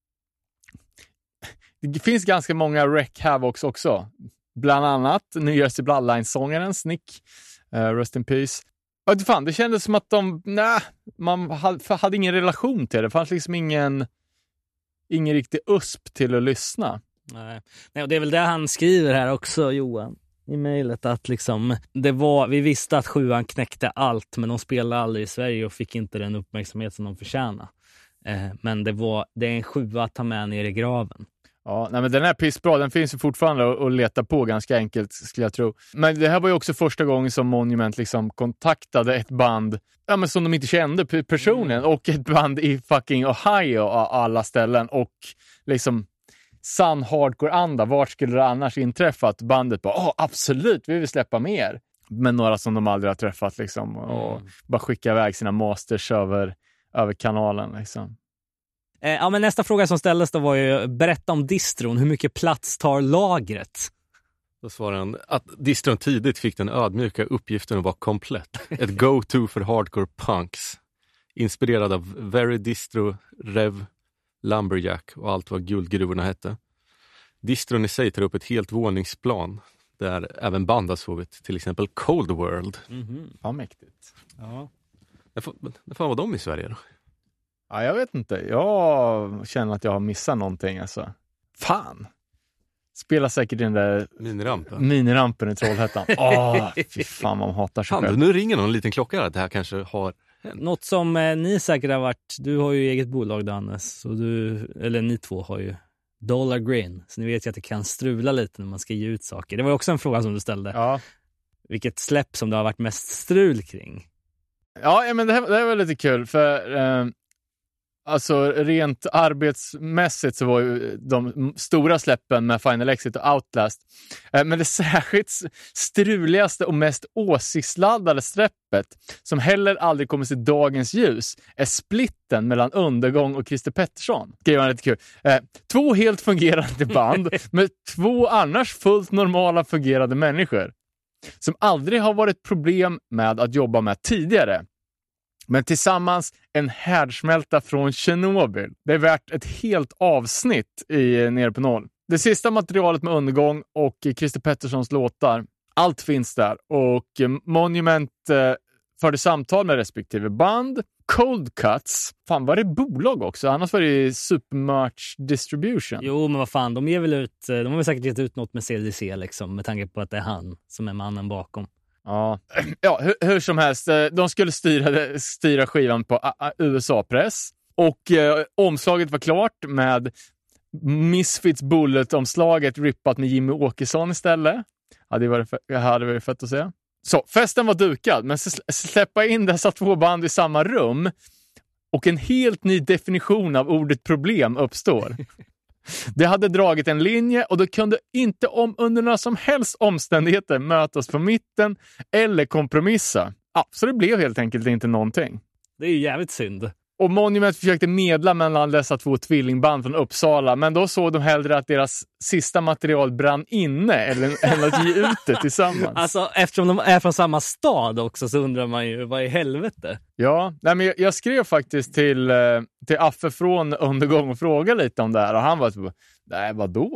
Det finns ganska många Wreck Havocs också. Bland annat New Jersey Bloodlines-sångaren Snick. Rest in peace. Det kändes som att man hade ingen relation till det. Det fanns liksom ingen riktig USP till att lyssna. Nej, och det är väl det han skriver här också, Johan, i mejlet, att liksom, vi visste att 7 knäckte allt, men de spelade aldrig i Sverige och fick inte den uppmärksamhet som de förtjänade. Men det är en 7 att ta med ner i graven. Ja, men den är pissbra. Den finns ju fortfarande att leta på ganska enkelt, skulle jag tro. Men det här var ju också första gången som Monument liksom kontaktade ett band som de inte kände personligen. Och ett band i fucking Ohio av alla ställen. Och liksom sann hardcore-anda. Vart skulle det annars inträffa att bandet bara, absolut, vi vill släppa mer. Men några som de aldrig har träffat liksom. Och bara skicka iväg sina masters över kanalen liksom. Ja, men nästa fråga som ställdes då var ju, berätta om distron. Hur mycket plats tar lagret? Då svarade han att distron tidigt fick den ödmjuka uppgiften att vara komplett. Ett go-to för hardcore punks. Inspirerad av Very Distro, Rev, Lumberjack och allt vad guldgruvorna hette. Distron i sig tar upp ett helt våningsplan där även band har sovit, till exempel Cold World. Vad mäktigt. Ja. När fan var de i Sverige då? Ja, jag vet inte. Jag känner att jag har missat någonting. Alltså. Fan! Spelar säkert den där minirampen i Trollhättan. Fy fan, man hatar sig själv. Nu ringer någon liten klocka här, att det här kanske har hänt. Något som ni säkert har varit, du har ju eget bolag, Dannes, och ni två har ju Dollar Green, så ni vet ju att det kan strula lite när man ska ge ut saker. Det var också en fråga som du ställde. Ja. Vilket släpp som det har varit mest strul kring? Ja, men det här var lite kul, för alltså rent arbetsmässigt så var ju de stora släppen med Final Exit och Outlast. Men det särskilt struligaste och mest åsiktsladdade släppet, som heller aldrig kommer se dagens ljus, är splitten mellan Undergång och Christer Pettersson. Det var lite kul. 2 helt fungerande band med 2 annars fullt normala fungerande människor som aldrig har varit problem med att jobba med tidigare. Men tillsammans en härdsmälta från Tjernobyl. Det är värt ett helt avsnitt i Nere på Noll. Det sista materialet med Undergång och Christer Petterssons låtar. Allt finns där. Och Monument förde samtal med respektive band. Cold Cuts. Fan, var det bolag också? Annars var det Supermerch Distribution. Jo, men vad fan, de har väl säkert gett ut något med CDC liksom, med tanke på att det är han som är mannen bakom. Ja, hur som helst. De skulle styra skivan på USA-press. Och omslaget var klart med Misfits Bullet-omslaget rippat med Jimmy Åkesson istället. Det hade varit fett att se. Så, festen var dukad, men släppa in dessa 2 band i samma rum och en helt ny definition av ordet problem uppstår. Det hade dragit en linje och det kunde inte under några som helst omständigheter mötas på mitten eller kompromissa. Ja, så det blev helt enkelt inte någonting. Det är ju jävligt synd. Och Monument försökte medla mellan dessa 2 tvillingband från Uppsala, men då såg de hellre att deras sista material brann inne än att ge ut det tillsammans. Alltså, eftersom de är från samma stad också så undrar man ju, vad i helvete? Ja, nej, men jag skrev faktiskt till Affe från Undergång och frågade lite om det här, och han var så, nej, vadå?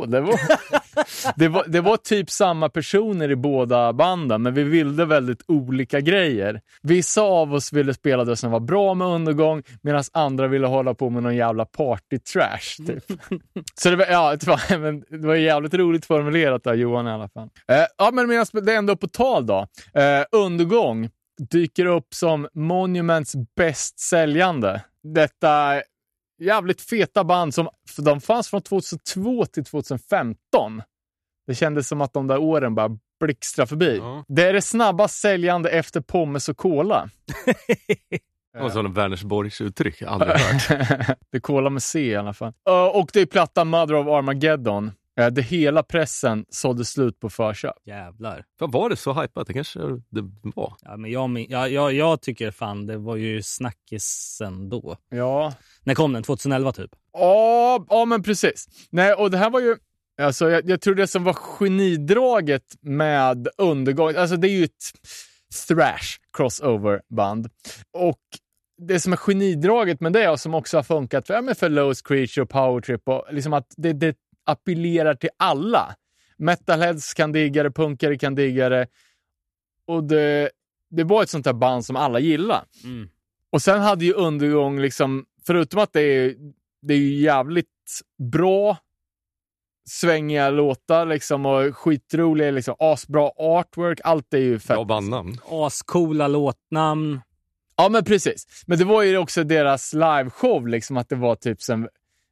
Det var typ samma personer i båda banden, men vi ville väldigt olika grejer. Vissa av oss ville spela det som var bra med Undergång, medan andra ville hålla på med någon jävla party-trash, typ. Så det var jävligt roligt formulerat av Johan i alla fall. Ja, men medan det är ändå på tal då. Undergång dyker upp som Monuments bäst säljande. Detta jävligt feta band som de fanns från 2002 till 2015. Det kändes som att de där åren bara blixtra förbi. Ja. Det är det snabbast säljande efter pommes och cola. Det var sådana Vänersborgs uttryck, jag aldrig hört. Det är cola med C i alla fall. Och det är plattan Mother of Armageddon. Det hela pressen sådde slut på förköp. Jävlar. Var det så hypat? Det kanske det var. Ja, men jag tycker fan, det var ju snackisen då. Ja. När kom den? 2011 typ? Ja, men precis. Nej, och det här var ju... Alltså, jag tror det som var genidraget med Undergång... Alltså, det är ju ett thrash crossover-band. Och det som är genidraget med det, och som också har funkat för Lowest Creature och Power Trip, och liksom att det appellerar till alla. Metalheads kan digga det, punkare kan digga det. Och det var ett sånt här band som alla gillar. Mm. Och sen hade ju Undergång liksom, förutom att det är ju jävligt bra svängiga låtar liksom, och skitroliga liksom, asbra artwork, allt är ju fett. Bra bandnamn. Ascoola låtnamn. Ja, men precis. Men det var ju också deras liveshow liksom, att det var typ som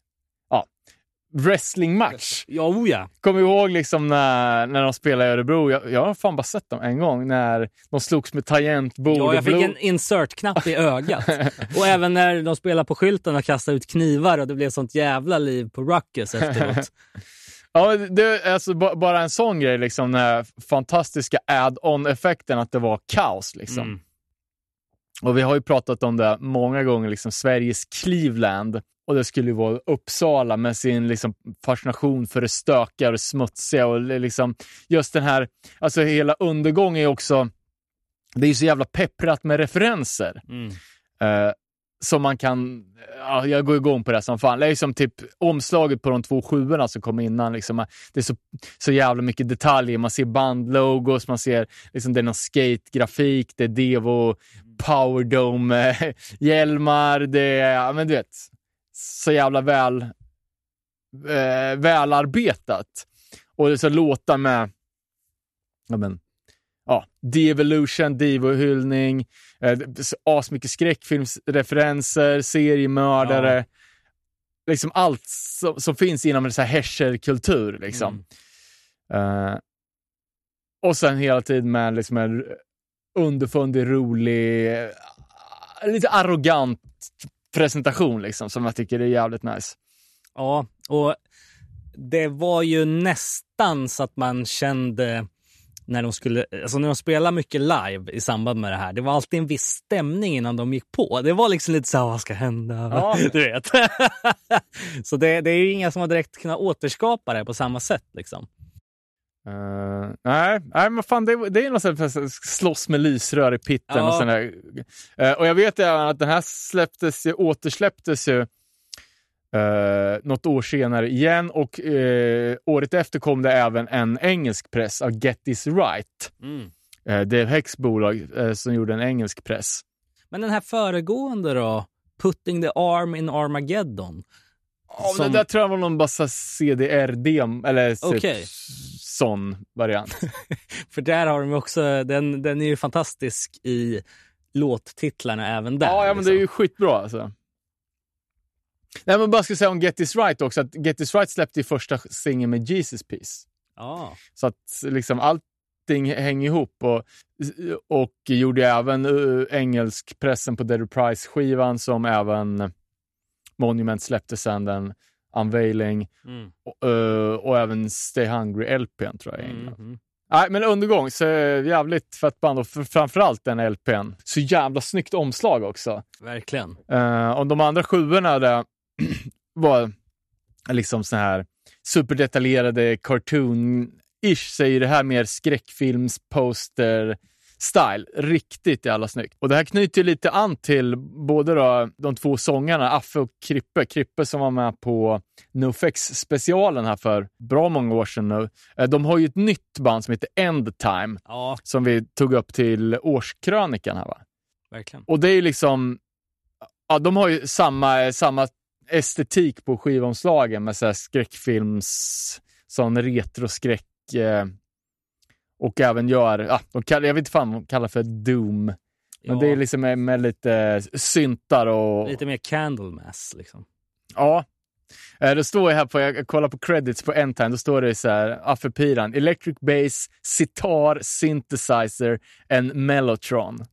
wrestlingmatch. Ja. Kommer du ihåg liksom när de spelade i Örebro? Jag har fan bara sett dem en gång när de slogs med tangentbord. Ja, jag fick en insert-knapp i ögat. Och även när de spelade på skylten och kastade ut knivar och det blev sånt jävla liv på Ruckus efteråt. Ja, det är alltså bara en sån grej liksom, den här fantastiska add-on-effekten att det var kaos liksom. Mm. Och vi har ju pratat om det många gånger, liksom Sveriges Cleveland. Och det skulle ju vara Uppsala med sin liksom fascination för det stökiga och det smutsiga. Och liksom just den här, alltså hela undergången är också, det är ju så jävla pepprat med referenser. Som man kan, ja, jag går igång på det som fan. Det är som typ omslaget på de 2 7:orna som kom innan. Liksom, det är så jävla mycket detaljer. Man ser bandlogos, man ser liksom, det är någon skate-grafik, det är Devo, Powerdome, hjälmar, det är, ja, men du vet, så jävla välarbetat. Och det är så låtar med, ja men, ja, Devolution, Divo-hyllning, asmycket skräckfilmsreferenser, seriemördare, liksom allt som finns inom en så här härskarkultur liksom. Och sen hela tiden med liksom en underfundig, rolig, lite arrogant presentation liksom, som jag tycker är jävligt nice. Ja, och det var ju nästan så att man kände när de spelade mycket live i samband med det här. Det var alltid en viss stämning innan de gick på. Det var liksom lite så här, vad ska hända? Ja. Du vet. Så det är ju inga som har direkt kunnat återskapa det på samma sätt liksom. Nej, men fan, det är något sånt här slåss med lysrör i pitten och sån där. Och jag vet även att den här återsläpptes ju något år senare igen, och året efter kom det även en engelsk press av Get This Right. Dave Hecks bolag som gjorde en engelsk press. Men den här föregående då, Putting the Arm in Armageddon. Ja, det där tror jag var någon bara CDR-dem eller sån variant. För där har de också, den är ju fantastisk i låttitlarna även där. Ja, men liksom. det är ju skitbra alltså. Nej, men bara ska säga om Get This Right också, att Get This Right släppte i första singeln med Jesus Peace. Så att liksom allting hänger ihop, och gjorde även engelsk pressen på Dead Reprise-skivan, som även Monument släppte sen den Unveiling, och även Stay Hungry LPn tror jag i England. Nej, men undergång, så jävligt fett band, och framförallt den LPn. Så jävla snyggt omslag också. Verkligen. Och de andra 7:orna där var liksom så här superdetaljerade cartoon-ish, säger det här mer skräckfilms-poster style. Riktigt jävla snyggt. Och det här knyter lite an till både då de 2 sångarna, Affe och Krippe. Krippe som var med på NoFX-specialen här för bra många år sedan nu. De har ju ett nytt band som heter End Time. Som vi tog upp till årskrönikan här, va? Verkligen. Och det är ju liksom, ja, de har ju samma estetik på skivomslagen med så här skräckfilms, sån retroskräck, och även gör, jag vet inte fan vad de kallar för Doom. Men det är liksom med lite syntar och lite mer Candlemass liksom. Ja. Det står ju här på, jag kollar på credits på End Time, då står det så här, Affe Piran, electric bass, sitar, synthesizer and mellotron.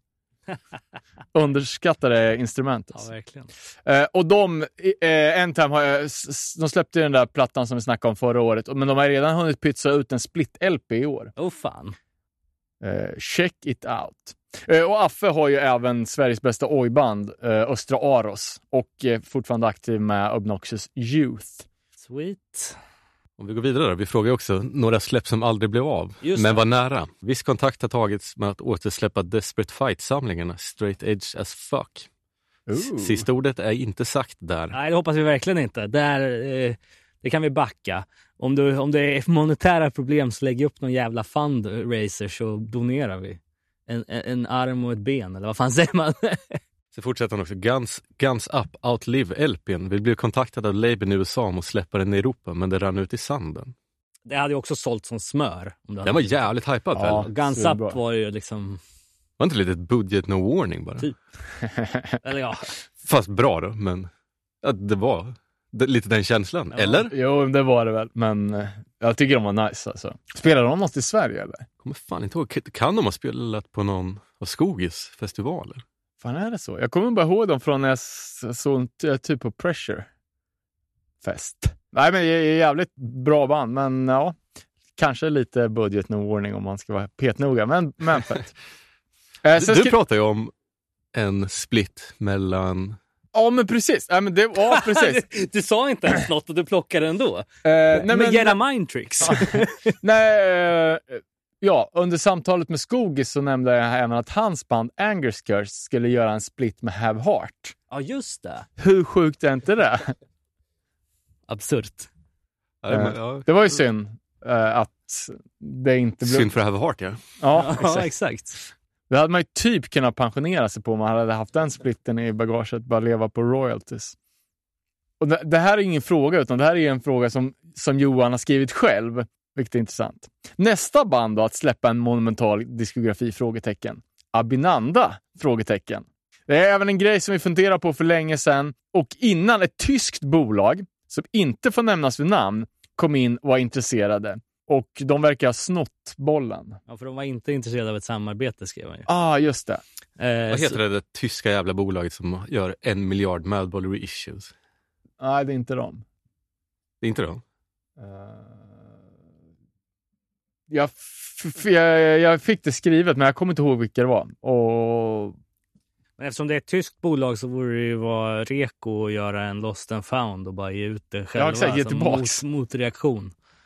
Underskattade instrument alltså. Ja, verkligen. Och End Time de släppte den där plattan som vi snackade om förra året, men de har redan hunnit pytsa ut en split-LP i år. Fan. Check it out. Och Affe har ju även Sveriges bästa ojband, Östra Aros, och fortfarande aktiv med Obnoxious Youth. Sweet. Om vi går vidare då, vi frågar också några släpp som aldrig blev av, men var nära. Viss kontakt har tagits med att återsläppa Desperate Fight-samlingarna Straight Edge as Fuck. Sista ordet är inte sagt där. Nej, det hoppas vi verkligen inte. Det kan vi backa. Om det är monetära problem, så lägg upp någon jävla fundraiser, så donerar vi. En arm och ett ben, eller vad fan säger man? Så fortsätter han också. Guns Up Outlive LPn. Vi blev kontaktade av labeln i USA om att släppa den i Europa, men det rann ut i sanden. Det hade ju också sålt som smör. Den var jävligt hypad väl? Guns Up var ju liksom... Var inte lite budget no warning bara? Typ. Eller ja. Fast bra då, men det var lite den känslan, eller? Jo, det var det väl, men jag tycker de var nice alltså. Spelar de något i Sverige eller? Kommer fan inte ihåg. Kan de ha spelat på någon av Skogis festivaler? Fan, är det så? Jag kommer bara ihåg dem från när jag såg typ på Pressure Fest. Nej, men det är jävligt bra band, men ja, kanske lite budget no warning om man ska vara petnoga, men fett. Du pratar ju om en split mellan Ja, men precis. Ja, men det var precis. Du sa inte ens något och du plockade ändå. Nej, men Jedi Mind Tricks. Nej, ja, under samtalet med Skogis så nämnde jag även att hans band Anger's Curse skulle göra en split med Have Heart. Ja, just det. Hur sjukt är inte det? Absurt. Det var ju synd att det inte blev... Synd för Have Heart, ja. Ja, exakt. Det hade man ju typ kunnat pensionera sig på om man hade haft den splitten i bagaget, bara leva på royalties. Och det här är ingen fråga, utan det här är en fråga som Johan har skrivit själv, vilket är intressant. Nästa band då att släppa en monumental diskografi? Frågetecken. Abinanda? Frågetecken. Det är även en grej som vi funderar på för länge sedan, och innan ett tyskt bolag som inte får nämnas vid namn kom in och var intresserade. Och de verkar ha snott bollen. Ja, för de var inte intresserade av ett samarbete, skrev han ju. Just det. Vad heter det tyska jävla bolaget som gör 1 miljard Madball reissues? Nej, det är inte dem. Det är inte de? Jag fick det skrivet, men jag kommer inte ihåg vilka det var. Men eftersom det är ett tyskt bolag så borde det ju vara reko att göra en Lost and Found och bara ge ut det själva. Ja, exakt, ge tillbaks. Motreaktion.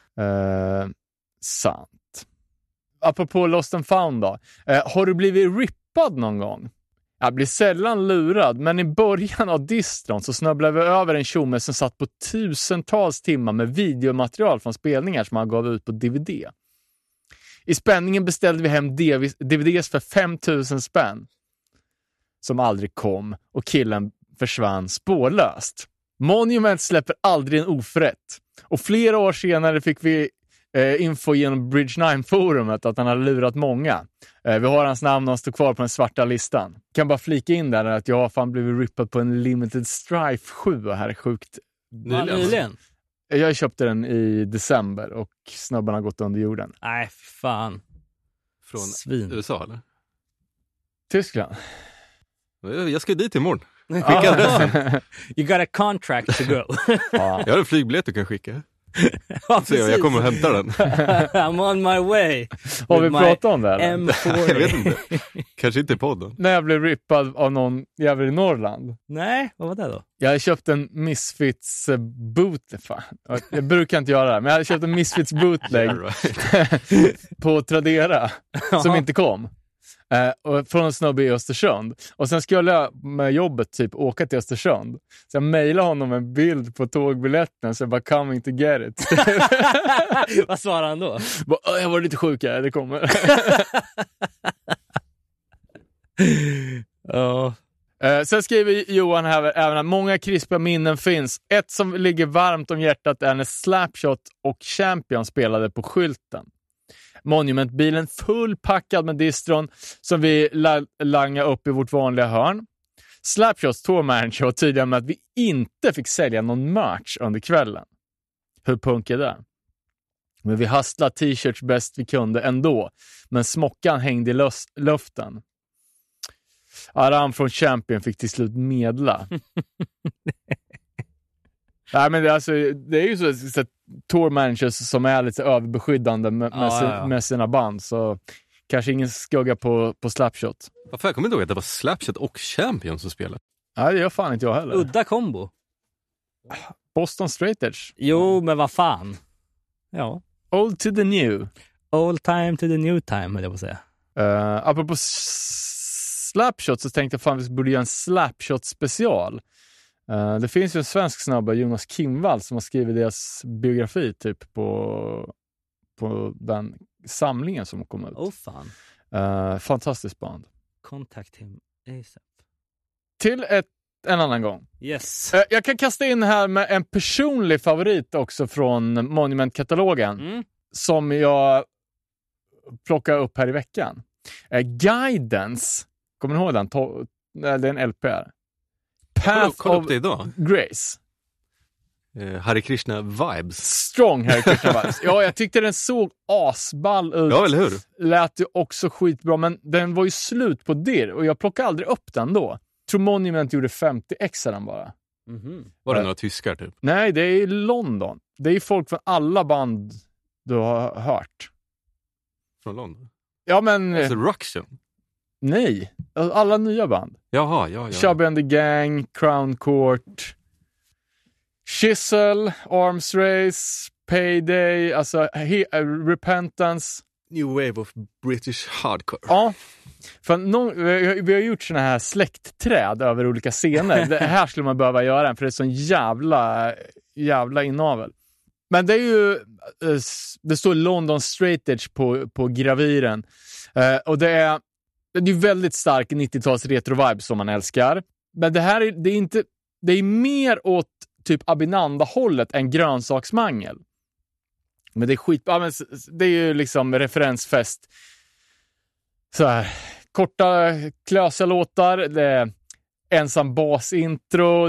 Sant. Apropå Lost and Found då. Har du blivit rippad någon gång? Jag blir sällan lurad, men i början av distron så snubblade vi över en tjomme som satt på tusentals timmar med videomaterial från spelningar som han gav ut på DVD. I spänningen beställde vi hem DVDs för 5,000 spänn. Som aldrig kom, och killen försvann spårlöst. Monument släpper aldrig en oförrätt. Och flera år senare fick vi info genom Bridge 9-forumet att han hade lurat många. Vi har hans namn och han står kvar på den svarta listan. Kan bara flika in där att jag har fan blivit rippad på en Limited Strife 7, och här är sjukt. Nyligen? Jag köpte den i december och snubben har gått under jorden. Nej, fan. Från Svin. USA, eller? Tyskland. Jag ska dit imorgon. Skicka adressen. You got a contract to go. Jag har en flygbiljett du kan skicka. Ja, så jag kommer och hämtar den. I'm on my way. Har vi pratat om det här? Jag vet inte. Kanske inte i podden. När jag blev rippad av någon jävel i Norrland. Nej, vad var det då? Jag köpte en Misfits bootleg. Fan. Jag brukar inte göra det, men jag hade köpt en Misfits bootleg på Tradera som inte kom. Och från en snubbe i Östersund. Och sen skulle jag med jobbet typ åka till Östersund. Så jag mejlade honom en bild på tågbiljetten. Så jag bara, coming to get it. Vad svarade han då? Jag var lite sjuk här, det kommer. Ja. Sen skriver Johan här även att många krispa minnen finns. Ett som ligger varmt om hjärtat är när Slapshot och Champion spelade på skylten. Monumentbilen fullpackad med distron som vi langade upp i vårt vanliga hörn. Slapshots tourmanager var tydliga med att vi inte fick sälja någon merch under kvällen. Hur punk är det? Men vi hasslade t-shirts bäst vi kunde ändå. Men smockan hängde i luften. Aram från Champion fick till slut medla. Nej, men det är ju så tour managers som är lite överbeskyddande med sina band, så kanske ingen skugga på Slapshot. Varför jag kommer inte ihåg att det var Slapshot och Champion som spelade? Nej, det gör fan inte jag heller. Udda kombo. Boston Straight Edge. Jo, men vad fan. Ja. Old to the new. Old time to the new time, vill jag på säga. Apropå Slapshot så tänkte jag fan vi borde göra en Slapshot special. Det finns ju en svensk snabba, Jonas Kimvall, som har skrivit deras biografi typ på den samlingen som kom ut. Fan. Fantastiskt band. Contact him ASAP. Till en annan gång. Yes. Jag kan kasta in här med en personlig favorit också från Monument-katalogen. Som jag plockar upp här i veckan. Guidance. Kommer ni ihåg den? Det är en LP här. Kolla upp det idag. Grace. Hare Krishna vibes. Strong Hare Krishna vibes. Ja, jag tyckte den såg asball ut. Ja, eller hur? Lät ju också skitbra, men den var ju slut på dirr och jag plockade aldrig upp den då. Jag tror Monument gjorde 50x den bara. Var det några tyskar typ? Nej, det är i London. Det är folk från alla band du har hört. Från London? Ja, men... Alltså Ruction? Nej. Alla nya band. Jaha, ja. Chubby and the Gang, Crown Court, Chisel, Arms Race, Payday, alltså Repentance. New Wave of British Hardcore. Ja, för vi har gjort såna här släktträd över olika scener. Det här skulle man behöva göra, för det är sån jävla inavel. Men det är ju, det står London Straight Edge på graviren. Och det är väldigt stark 90-tals retro-vibe som man älskar. Men det här det är mer åt typ Abinanda-hållet än grönsaksmangel. Men det är men det är ju liksom referensfest. Så här, korta klösa låtar, det är ensam basintro,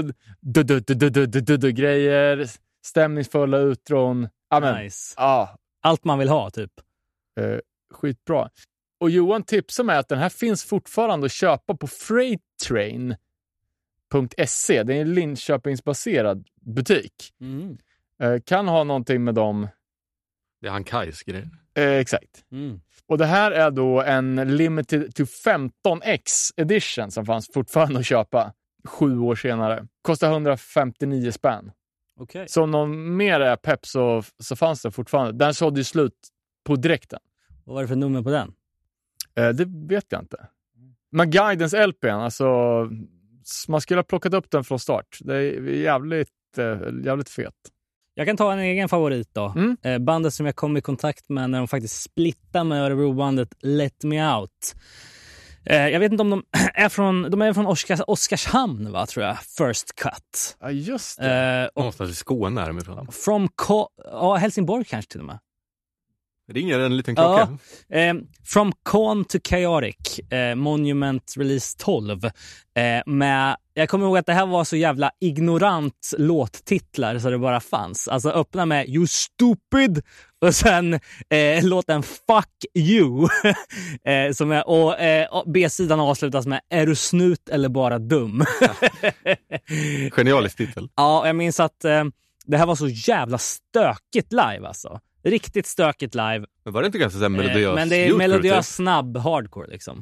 grejer, stämningsfulla utron. Nice. Allt man vill ha, typ. Skitbra. Och Johan tipsar mig att den här finns fortfarande att köpa på freighttrain.se. Det är en Linköpingsbaserad butik. Kan ha någonting med dem. Det är han Kajs grej. Exakt. Och det här är då en limited to 15x edition som fanns fortfarande att köpa 7 år senare. Kostar 159 spänn. Okay. Så om någon mer är pepp så fanns det fortfarande. Den sålde ju slut på direkten. Vad var det för nummer på den? Det vet jag inte. Men Guidance LPn, alltså man skulle ha plockat upp den från start. Det är jävligt fet. Jag kan ta en egen favorit då. Bandet som jag kom i kontakt med när de faktiskt splittade med Örebrobandet Let Me Out. Jag vet inte om de är från Oskarshamn, va, tror jag. First Cut. Ja, just det. Någonstans i Skåne är de ifrån. Helsingborg kanske till och med. Ringer en liten klocka. Ja, From Con to Chaotic, Monument Release 12. Jag kommer ihåg att det här var så jävla ignorant låttitlar så det bara fanns. Alltså öppna med You Stupid och sen låten Fuck You. Som är, och B-sidan avslutas med Är du snut eller bara dum? Genialisk titel. Ja, jag minns att det här var så jävla stökigt live alltså. Riktigt stökigt live. Men var det inte ganska så melodiös? Men det är melodiös snabb hardcore liksom.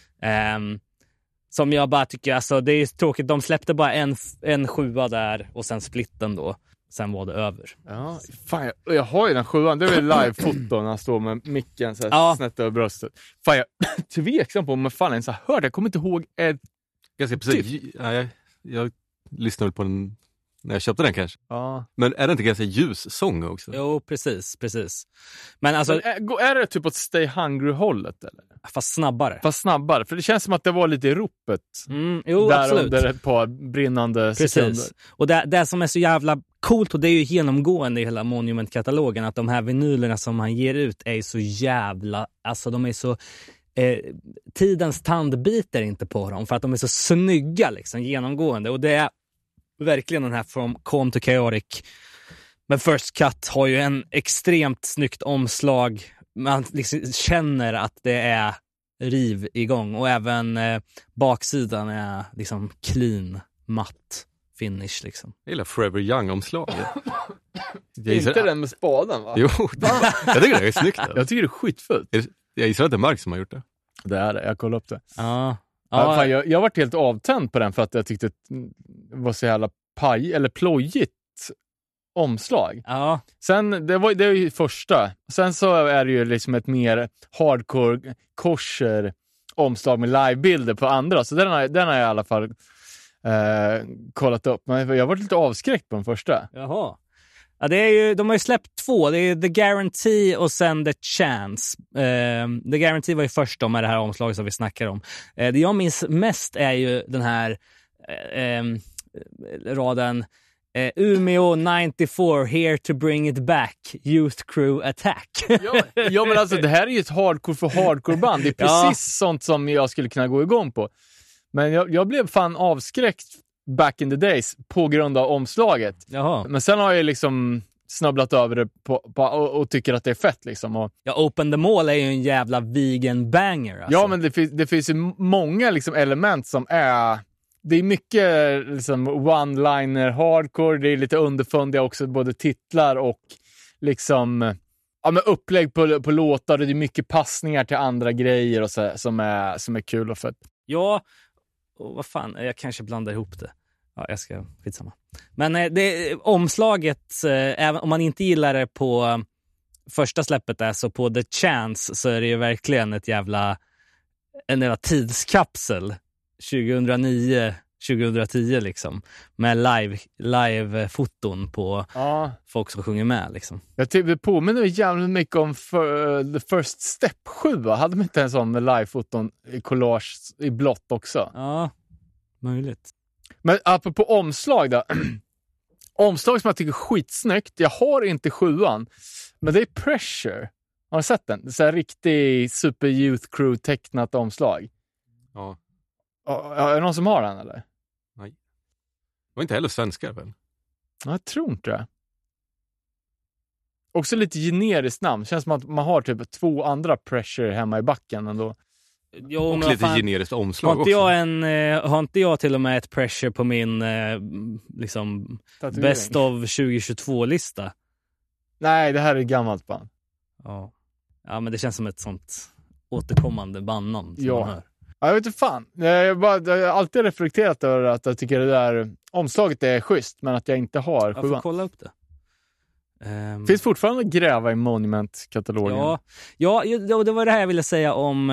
Som jag bara tycker, alltså det är tråkigt. De släppte bara en 7 där och sen splitten då. Sen var det över. Ja, fan, jag har ju den 7. Det är väl live-foto när han står med micken så här snett över bröstet. Fan, jag tveksam på men fan ens har hört. Jag kommer inte ihåg ganska precis. Jag lyssnade på den när jag köpte den kanske. Ja. Men är det inte ganska ljus sång också? Jo, precis. Men alltså... är det typ åt Stay Hungry-hållet eller? Fast snabbare. För det känns som att det var lite i ropet. Jo, där absolut. Under ett par brinnande sekunder. Och det som är så jävla coolt, och det är ju genomgående i hela Monument-katalogen, att de här vinylerna som han ger ut är så jävla... Alltså de är så... tidens tand biter inte på dem för att de är så snygga liksom, genomgående. Och det är verkligen den här From Calm to Chaotic. Men First Cut har ju en extremt snyggt omslag. Man liksom känner att det är riv igång. Och även baksidan är liksom clean, matt finish liksom. Jag gillar Forever Young-omslaget. Inte den med spaden, va? Jo, jag tycker det är snyggt. Jag tycker det är skitfullt. Jag gissar att det är Mark som har gjort det. Det är det, jag kollar upp det. Ja. Fan, jag varit helt avtänd på den för att jag tyckte det var så jävla plojigt omslag. Ja. Sen, det är ju första. Sen så är det ju liksom ett mer hardcore korser omslag med livebilder på andra. Så den har jag i alla fall kollat upp. Men jag har varit lite avskräckt på den första. Jaha. Ja, det är ju, de har ju släppt 2. Det är The Guarantee och sen The Chance. The Guarantee var ju först med det här omslaget som vi snackar om. Det jag minns mest är ju den här raden Umeå 94, here to bring it back, Youth Crew Attack. Ja, men alltså det här är ju ett hardcore för hardcore-band. Det är precis sånt som jag skulle kunna gå igång på. Men jag blev fan avskräckt back in the days på grund av omslaget. Jaha. Men sen har jag liksom snubblat över det och tycker att det är fett liksom. Open the Mall är ju en jävla vegan banger alltså. Ja, men det finns ju många liksom element som är... Det är mycket liksom one-liner hardcore, det är lite underfundiga också, både titlar och liksom med upplägg på låtar, och det är mycket passningar till andra grejer och så, som är kul och fett. Ja, och vad fan, jag kanske blandar ihop det. Ja, jag ska, skitsamma. Men omslaget, även om man inte gillar det på första släppet där, så på The Chance så är det ju verkligen en jävla tidskapsel 2009-2010 liksom, med live-foton på folk som sjunger med liksom. Det påminner jävligt mycket om The First Step 7. Hade de inte en sån med live-foton i collage i blått också? Ja, möjligt. Men apropå omslag då. Omslag som jag tycker är skitsnyggt. Jag har inte 7:an, men det är Pressure. Har du sett den? Det är så här riktig Super Youth Crew tecknat omslag. Ja. Är det någon som har den eller? Nej. Det var inte heller svenskar väl? Jag tror inte det. Också lite generiskt namn. Känns som att man har typ 2 andra Pressure hemma i backen ändå. Jo, och men lite generiskt omslag också. Har inte jag till och med ett Pressure på min liksom Best of 2022-lista? Nej, det här är gammalt band. Ja, men det känns som ett sånt återkommande bandnamn. Ja. Jag vet inte fan. Jag har alltid reflekterat över att jag tycker det där omslaget är schysst, men att jag inte har 7:an. Jag får kolla upp det. Finns fortfarande att gräva i Monument-katalogen. Ja, det var det här jag ville säga om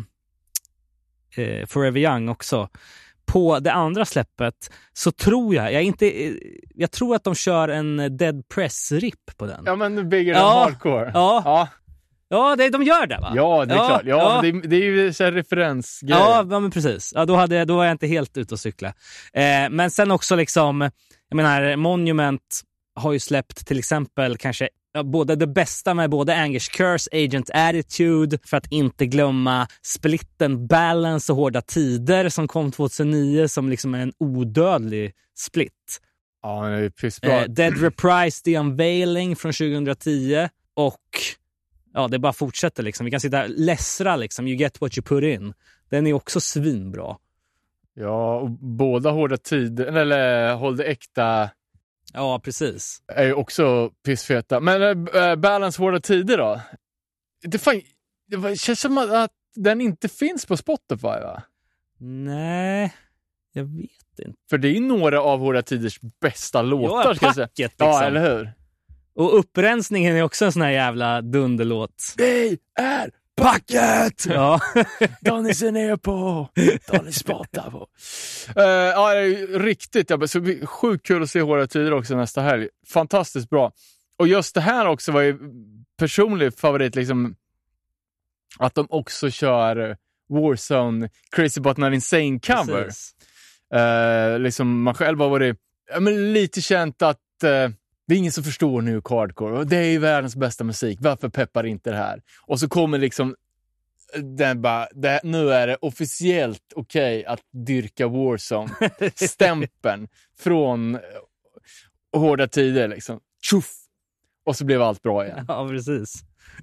Forever Young också. På det andra släppet så tror jag tror att de kör en Dead Press-rip på den. Ja, men Bigger than Hardcore. Ja, de gör det va? Ja, det är klart. Ja. Det är ju så här referensgrej. Ja, men precis. Ja, då var jag inte helt ute och cykla. Men sen också liksom, jag menar, Monument har ju släppt till exempel kanske både det bästa med både Anger's Curse, Agent Attitude, för att inte glömma splitten Balance och Hårda Tider som kom 2009 som liksom är en odödlig split. Ja, det är pissbra. Dead Reprise, The Unveiling från 2010 och det bara fortsätter liksom. Vi kan sitta läsra liksom, You Get What You Put In. Den är också svinbra. Ja, och båda Hårda Tider, eller Håll det äkta. Ja, precis. Är ju också pissfeta. Men Balance Hårda Tider då? Det känns som att den inte finns på Spotify, va? Nej, jag vet inte. För det är ju några av Hårda Tiders bästa låtar. Ja, packet liksom. Ja, eller hur? Och upprensningen är också en sån här jävla dunderlåt. Vi är packet! Ja. Donny ser ner på. Donny spottar på. Ja, det är riktigt. Så det blir sjukt kul att se Hårda Tider också nästa helg. Fantastiskt bra. Och just det här också var ju personlig favorit liksom. Att de också kör Warzone Crazy But Not Insane cover. Liksom man själv har varit lite känt att det är ingen som förstår nu hardcore. Och det är ju världens bästa musik. Varför peppar inte det här? Och så kommer liksom den bara, nu är det officiellt okej att dyrka Warzone. Stämpeln från Hårda Tider liksom. Tjuff! Och så blev allt bra igen. Ja, precis.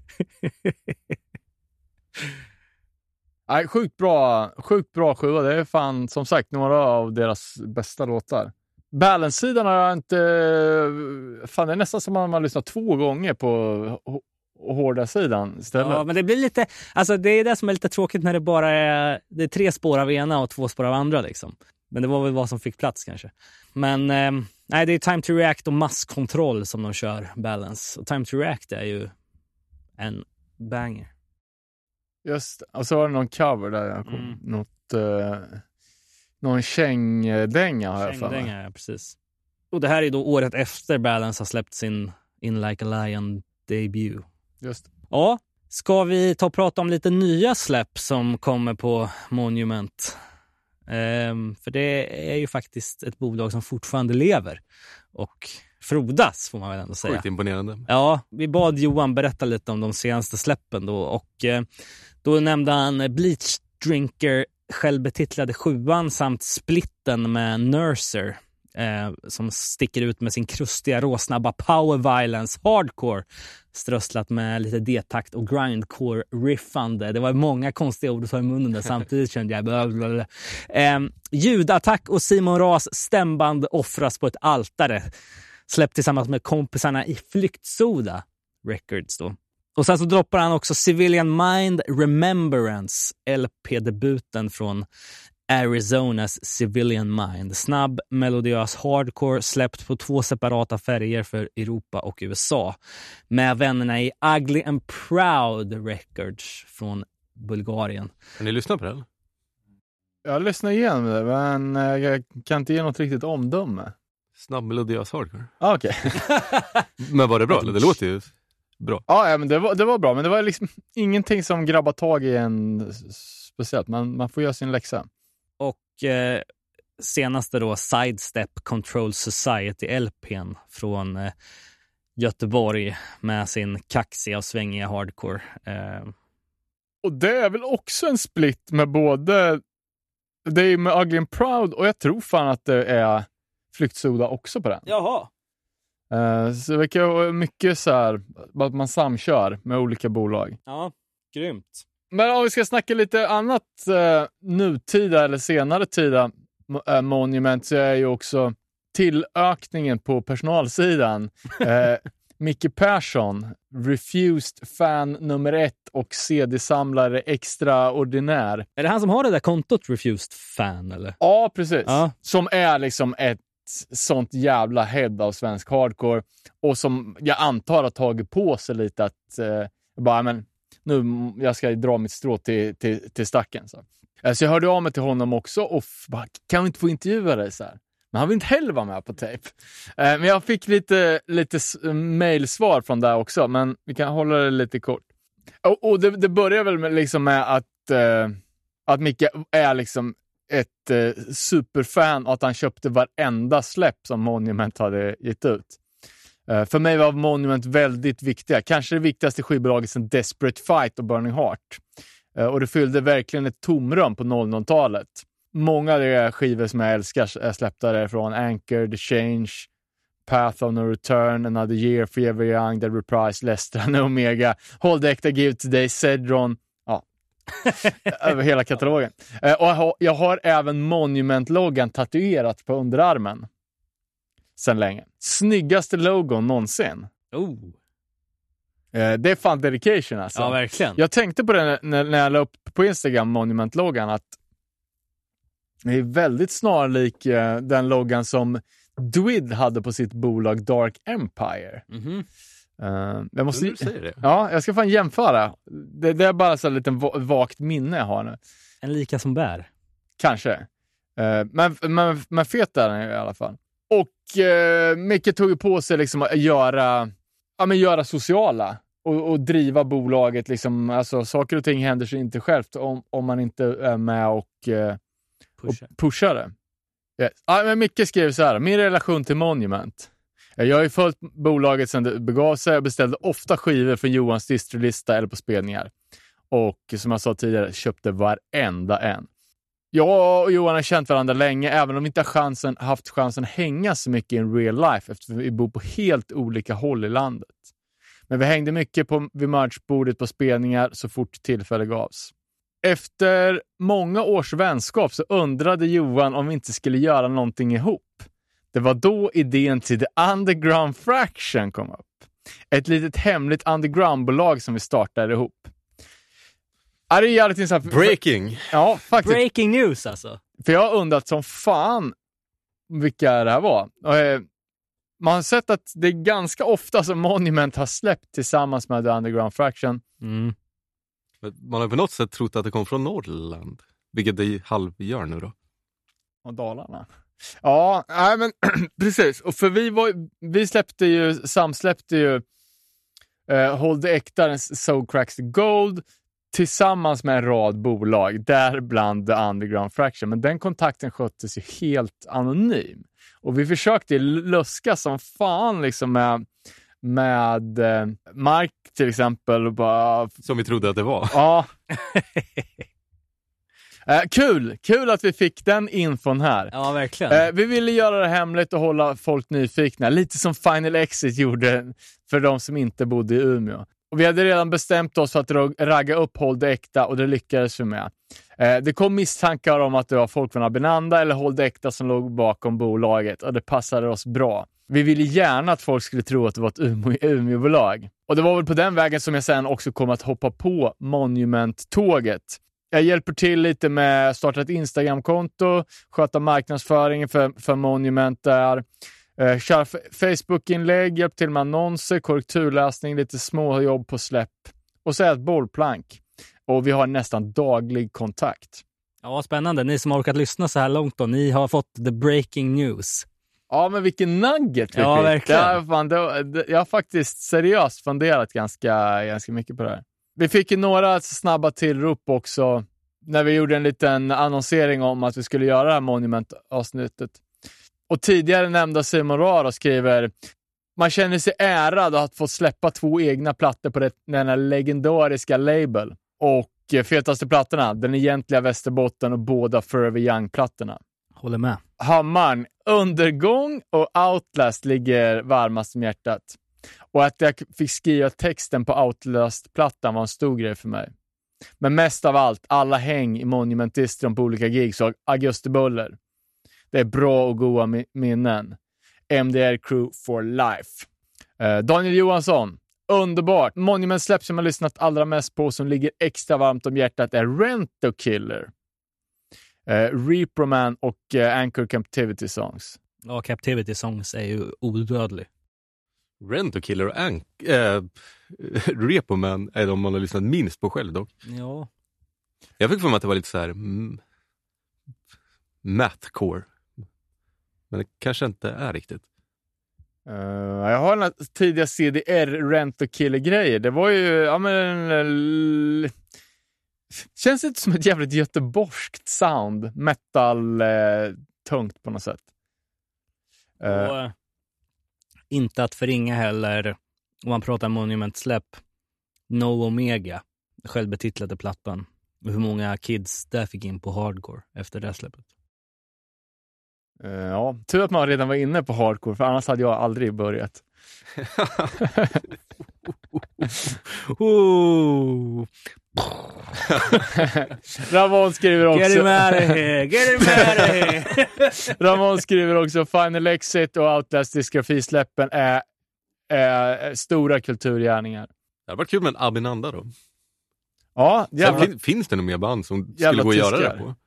Nej, sjukt bra 7. Det är fan som sagt några av deras bästa låtar. Balance-sidan har jag inte... Fan, det är nästan som att man lyssnar 2 gånger på Hårda sidan istället. Ja, men det blir lite... Alltså det är det som är lite tråkigt när det bara är... Det är 3 spår av ena och 2 spår av andra liksom. Men det var väl vad som fick plats kanske. Men nej, det är Time to React och Masskontroll som de kör Balance. Och Time to React är ju en banger. Just, och så var det någon cover där jag kom. Någon kängdänga har jag för mig. Ja, precis. Och det här är då året efter Balance har släppt sin In Like a Lion debut. Just. Ja, ska vi ta och prata om lite nya släpp som kommer på Monument? För det är ju faktiskt ett bolag som fortfarande lever och frodas, får man väl ändå säga. Sjukt imponerande. Ja, vi bad Johan berätta lite om de senaste släppen då, och då nämnde han Bleach Drinker, självbetitlade 7:an, samt splitten med Nurser som sticker ut med sin krustiga råsnabba power violence hardcore strösslat med lite D-takt och grindcore riffande. Det var många konstiga ord att ta i munnen där samtidigt, kände jag. Ljudattack och Simon Ras stämband offras på ett altare, släppt tillsammans med kompisarna i Flyktsoda Records då. Och sen så droppar han också Civilian Mind Remembrance, LP-debuten från Arizonas Civilian Mind. Snabb, melodiös hardcore, släppt på 2 separata färger för Europa och USA. Med vännerna i Ugly and Proud Records från Bulgarien. Har ni lyssnat på det? Jag lyssnar igenom det, men jag kan inte ge något riktigt omdöme. Snabb, melodiös hardcore. Okej. Men var det bra? Det låter ju bra. Ja, men det var bra, men det var liksom ingenting som grabbar tag i en speciellt. Man får göra sin läxa. Och senaste då Sidestep Control Society LP:n från Göteborg med sin kaxiga och svängiga hardcore. Och det är väl också en split med både det är med Ugly and Proud och jag tror fan att det är Flyktsoda också på den. Jaha. Så det kan mycket så här att man samkör med olika bolag. Ja, grymt. Men om vi ska snacka lite annat nutida eller senare tida Monument, så är ju också tillökningen på personalsidan. Micke Persson, Refused fan nummer 1 och CD-samlare extraordinär. Är det han som har det där kontot Refused fan eller? Ja, precis. Ja. Som är liksom ett sånt jävla head av svensk hardcore och som jag antar har tagit på sig lite att men nu jag ska dra mitt strå till stacken. Så jag hörde av mig till honom också och bara, kan vi inte få intervjua dig så här? Men han vill inte heller vara med på tape. Men jag fick lite mailsvar från där också, men vi kan hålla det lite kort. Och det börjar väl med att Micke är liksom ett superfan och att han köpte varenda släpp som Monument hade gett ut. För mig var Monument väldigt viktiga. Kanske det viktigaste skivbolaget sedan Desperate Fight och Burning Heart. Och det fyllde verkligen ett tomrum på 00-talet. Många av de skivor som jag älskar är släppta därifrån. Anchor, The Change, Path of No Return, Another Year, Forever Young, The Reprise, Lestran, Omega, Hold the Ecta, Give Today, Cedron. Ja, över hela katalogen. Och jag har även Monument-loggan tatuerat på underarmen. Sen länge. Snyggaste logon någonsin. Oh. Det är fan dedication alltså. Ja, verkligen. Jag tänkte på det när jag la upp på Instagram Monument-loggan att det är väldigt snarlik den loggan som Dwid hade på sitt bolag Dark Empire. Mm-hmm. Jag måste Du säger det. Ja, jag ska fan jämföra. Det är bara så lite vagt minne jag har nu. En lika som bär. Kanske. Men fet är den i alla fall. Och Micke tog ju på sig liksom att göra sociala och driva bolaget liksom, alltså saker och ting händer sig inte självt om man inte är med och pushar det. Yes. Men Micke skrev så här: min relation till Monument. Jag har ju följt bolaget sedan det begav sig. Jag beställde ofta skivor från Johans distrolista eller på spelningar. Och som jag sa tidigare, köpte varenda en. Jag och Johan har känt varandra länge, även om vi inte har haft chansen att hänga så mycket in real life eftersom vi bor på helt olika håll i landet. Men vi hängde mycket vid merchbordet på spelningar så fort tillfälle gavs. Efter många års vänskap så undrade Johan om vi inte skulle göra någonting ihop. Det var då idén till The Underground Fraction kom upp. Ett litet hemligt undergroundbolag som vi startade ihop. Det är jävligt intressant. Breaking! Ja, faktiskt. Breaking news alltså. För jag har undrat som fan vilka det här var. Man har sett att det är ganska ofta som Monument har släppt tillsammans med The Underground Fraction. Mm. Man har på något sätt trott att det kom från Norrland. Vilket det halvgör nu då. Och Dalarna. Ja, nej men precis. Och för vi samsläppte ju Hold the Ecta, So Cracks the Gold tillsammans med en rad bolag, däribland The Underground Fraction. Men den kontakten sköttes ju helt anonym. Och vi försökte luska som fan liksom med Mark till exempel. Bara, som vi trodde att det var. Ja. Kul att vi fick den infon här. Ja, verkligen. Vi ville göra det hemligt och hålla folk nyfikna. Lite som Final Exit gjorde för de som inte bodde i Umeå. Och vi hade redan bestämt oss för att ragga upp Hold the Ecta och det lyckades vi med. Det kom misstankar om att det var folk från Abinanda eller Hold the Ecta som låg bakom bolaget och det passade oss bra. Vi ville gärna att folk skulle tro att det var ett Umeå-bolag. Och det var väl på den vägen som jag sen också kom att hoppa på Monument-tåget. Jag hjälper till lite med att starta ett Instagram-konto, sköta marknadsföringen för Monument där. Kör Facebook-inlägg, hjälp till med annonser, korrekturläsning, lite små jobb på släpp. Och så är ett bollplank. Och vi har nästan daglig kontakt. Ja, spännande. Ni som har orkat lyssna så här långt då, ni har fått the breaking news. Ja, men vilken nugget vi Ja, fick. verkligen. Jag har faktiskt seriöst funderat ganska mycket på det här. Vi fick ju några snabba tillrop också när vi gjorde en liten annonsering om att vi skulle göra det här Monument-avsnittet. Och tidigare nämnda Simon Raro skriver: man känner sig ärad att få släppa 2 egna plattor på den här legendariska label. Och fetaste plattorna, den egentliga Västerbotten och båda Forever Young-plattorna. Håller med. Hammaren, Undergång och Outlast ligger varmast om hjärtat. Och att jag fick skriva texten på Outlast-plattan var en stor grej för mig. Men mest av allt, alla häng i Monument-distron på olika gigs och Augustibuller. Det är bra och goda minnen. MDR Crew for life. Daniel Johansson, underbart. Monument-släpp som jag lyssnat allra mest på som ligger extra varmt om hjärtat är Rent-A-Killer. Reaperman och Anchor Captivity Songs. Ja, Captivity Songs är ju odödlig. Rent-A-Killer och Reaperman är de man har lyssnat minst på själv dock. Ja. Jag fick för mig att det var lite så här mathcore. Men det kanske inte är riktigt. Jag har den tidiga CDR Rent-A-Killer-grejer. Det var ju känns inte som ett jävligt göteborgskt sound. Metal tungt på något sätt. Och inte att förringa heller, om man pratar Monument-släpp, No Omega, självbetitlade plattan. Och hur många kids där fick in på hardcore efter det släppet. Ja, tur att man redan var inne på hardcore, för annars hade jag aldrig börjat. Ramon skriver också Get him out of here, get him out of here. Ramon skriver också Final Exit och Outlast diskografisläppen är stora kulturgärningar. Det hade varit kul med en Abinanda då. Ja, Finns det några mer band som skulle gå att göra det på?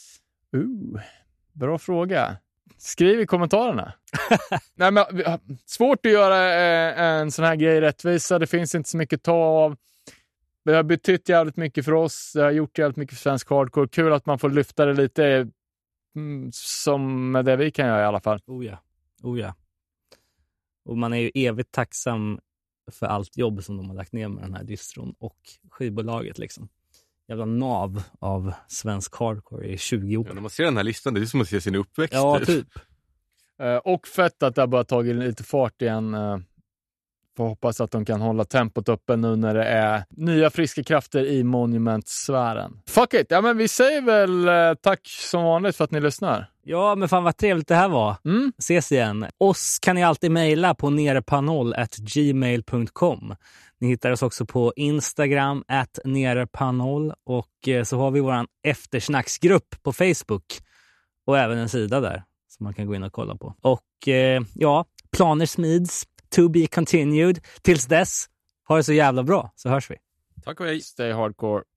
Bra fråga. Skriv i kommentarerna. Nej, men, svårt att göra en sån här grej rättvisa. Det finns inte så mycket att ta av. Det har betytt jävligt mycket för oss. Det har gjort jävligt mycket för svensk hardcore. Kul att man får lyfta det lite som det vi kan göra i alla fall. Oh ja. Och man är ju evigt tacksam för allt jobb som de har lagt ner med den här distron och skivbolaget liksom. Jävla nav av svensk hardcore i 20 år. Ja, när man ser den här listan, det är som att se sin uppväxt. Ja, typ. Och fett att det har bara tagit lite fart igen. Får hoppas att de kan hålla tempot uppe nu när det är nya friska krafter i Monument-sfären. Fuck it! Ja, men vi säger väl tack som vanligt för att ni lyssnar. Ja, men fan vad trevligt det här var. Ses igen. Oss kan ni alltid mejla på nerepanol@gmail.com. Ni hittar oss också på Instagram @nerepanol och så har vi våran eftersnacksgrupp på Facebook och även en sida där som man kan gå in och kolla på. Och ja, planer smids. To be continued. Tills dess, ha det så jävla bra, så hörs vi. Tack och hej. Stay hardcore.